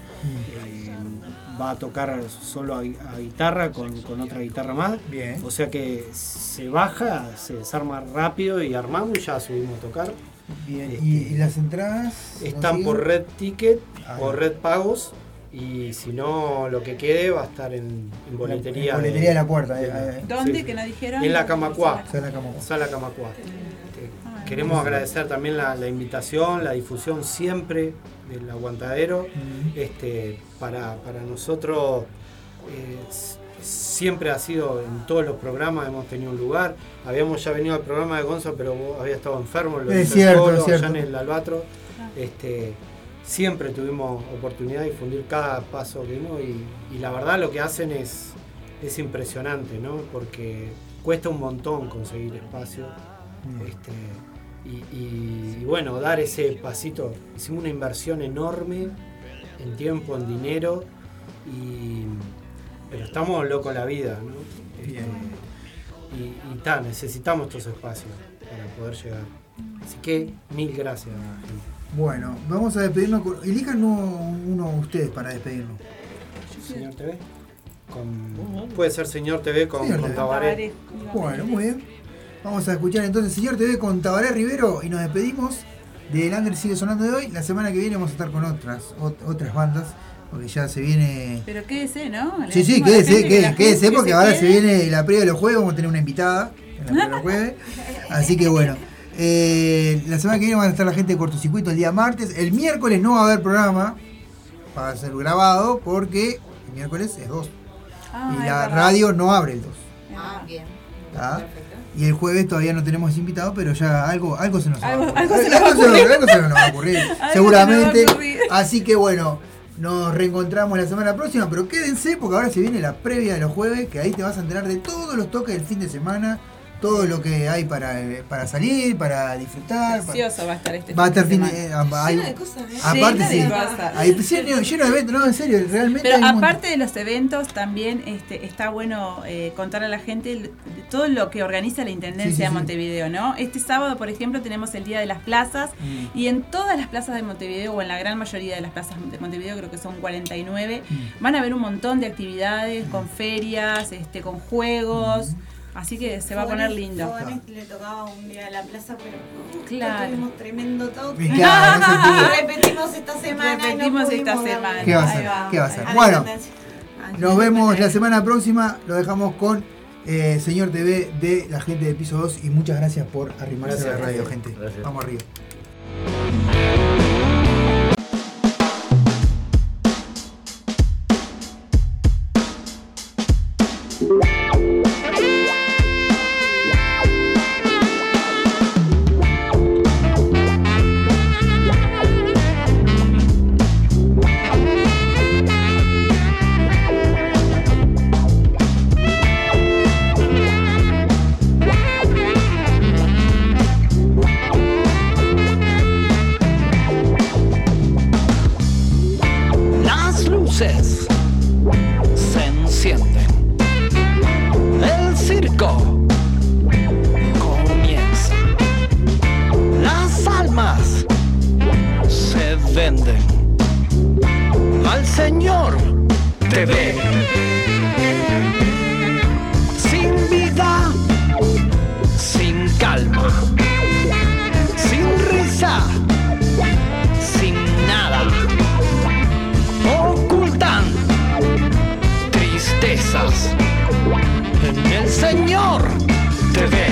Va a tocar solo a guitarra con otra guitarra más. Bien. O sea que se baja, se desarma rápido y armamos y ya subimos a tocar. Bien. ¿Y las entradas? Están ¿consigo? por Red Ticket o Red Pagos. Y si no, lo que quede va a estar en boletería. En boletería de la puerta. ¿Dónde? Sí. Que nos dijeron. En la Camacuá. Sala Camacuá. Queremos agradecer también la invitación, la difusión siempre del Aguantadero. Para nosotros siempre ha sido en todos los programas, hemos tenido un lugar. Habíamos ya venido al programa de Gonza, pero vos habías estado enfermo, lo hice solo, allá en el Albatro. Siempre tuvimos oportunidad de difundir cada paso que dimos y la verdad lo que hacen es impresionante, ¿no? Porque cuesta un montón conseguir espacio. Y bueno, dar ese pasito, hicimos una inversión enorme en tiempo, en dinero, pero estamos locos la vida, ¿no? Necesitamos estos espacios para poder llegar. Así que mil gracias, gente. Bueno, vamos a despedirnos. Elijan uno ustedes para despedirnos. Señor TV. Puede ser Señor TV con Tabaré. Bueno, muy bien. Vamos a escuchar entonces Señor TV con Tabaré Rivero y nos despedimos del Under Sigue Sonando de hoy. La semana que viene vamos a estar con otras bandas, porque ya se viene... Pero quédese, ¿no? Sí, quédese porque ahora se viene la previa de los jueves, vamos a tener una invitada en la previa de los jueves. Así que bueno, la semana que viene van a estar la gente de Cortocircuito el día martes. El miércoles no va a haber programa, va a ser grabado porque el miércoles es 2. Y la radio no abre el 2. Bien. Y el jueves todavía no tenemos invitados, pero ya algo se nos va a ocurrir. Algo se nos va a ocurrir, seguramente. Así que bueno, nos reencontramos la semana próxima, pero quédense porque ahora se viene la previa de los jueves, que ahí te vas a enterar de todos los toques del fin de semana, todo lo que hay para salir, para disfrutar. Precioso va a estar este va a estar fin de semana. Lleno de cosas, ¿eh? Aparte sí. Lleno de eventos, no, en serio, realmente. Pero aparte de los eventos, también está bueno contar a la gente todo lo que organiza la Intendencia de Montevideo, ¿no? Este sábado, por ejemplo, tenemos el Día de las Plazas y en todas las plazas de Montevideo, o en la gran mayoría de las plazas de Montevideo, creo que son 49, van a haber un montón de actividades con ferias, con juegos. Así que se va a poner lindo. Le tocaba un día a la plaza, pero claro, tuvimos tremendo toque. Repetimos esta semana. ¿Qué va a ser? Bueno, nos vemos la semana próxima. Lo dejamos con Señor TV de la gente de Piso 2 y muchas gracias por arrimarse a la radio, gente. Gracias. Vamos arriba. Se encienden. El circo comienza. Las almas se venden. Al Señor TV. Sin vida, sin calma, sin risa, sin nada. Ocultan tristezas en el Señor TV.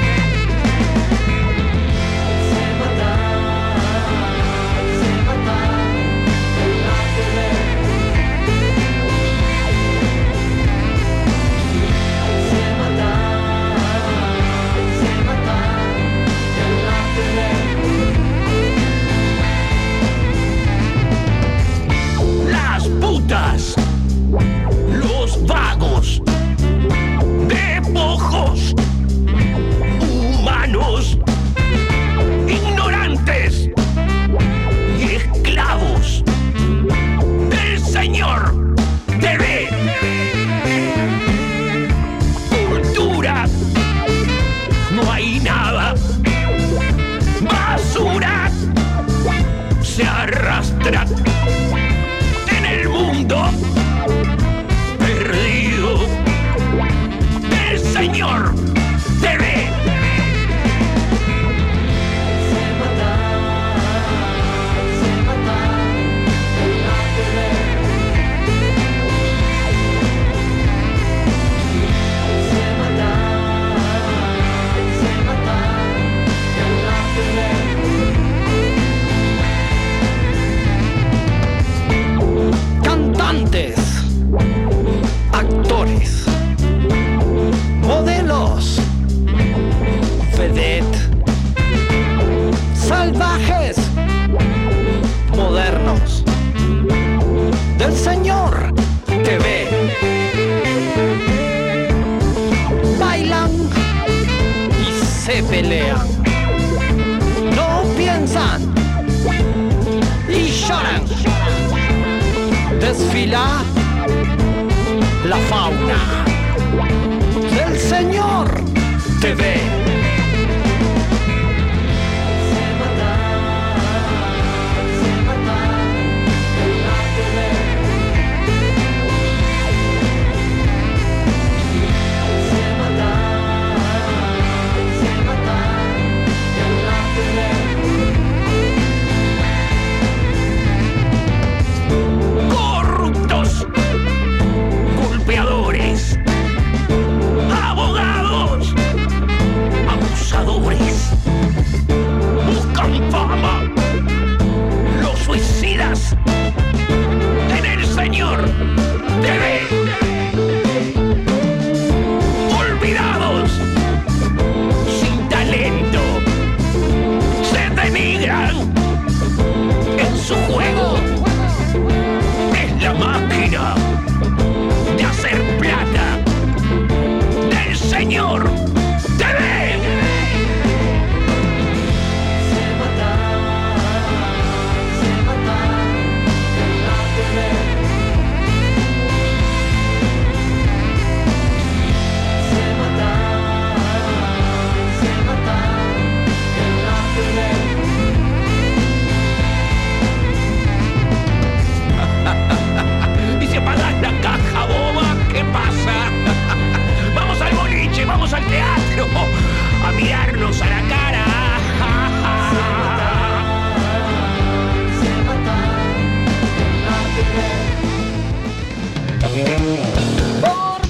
Las putas, los vagos, despojos, humanos, ignorantes y esclavos del Señor TV. Cultura, no hay nada. Basura se arrastra en el mundo perdido del Señor TV. Cantantes, actores, modelos, vedette, salvajes, modernos, del Señor TV. Bailan y se pelean, no piensan y lloran. Desfila la fauna del Señor TV.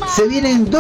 Se vienen dos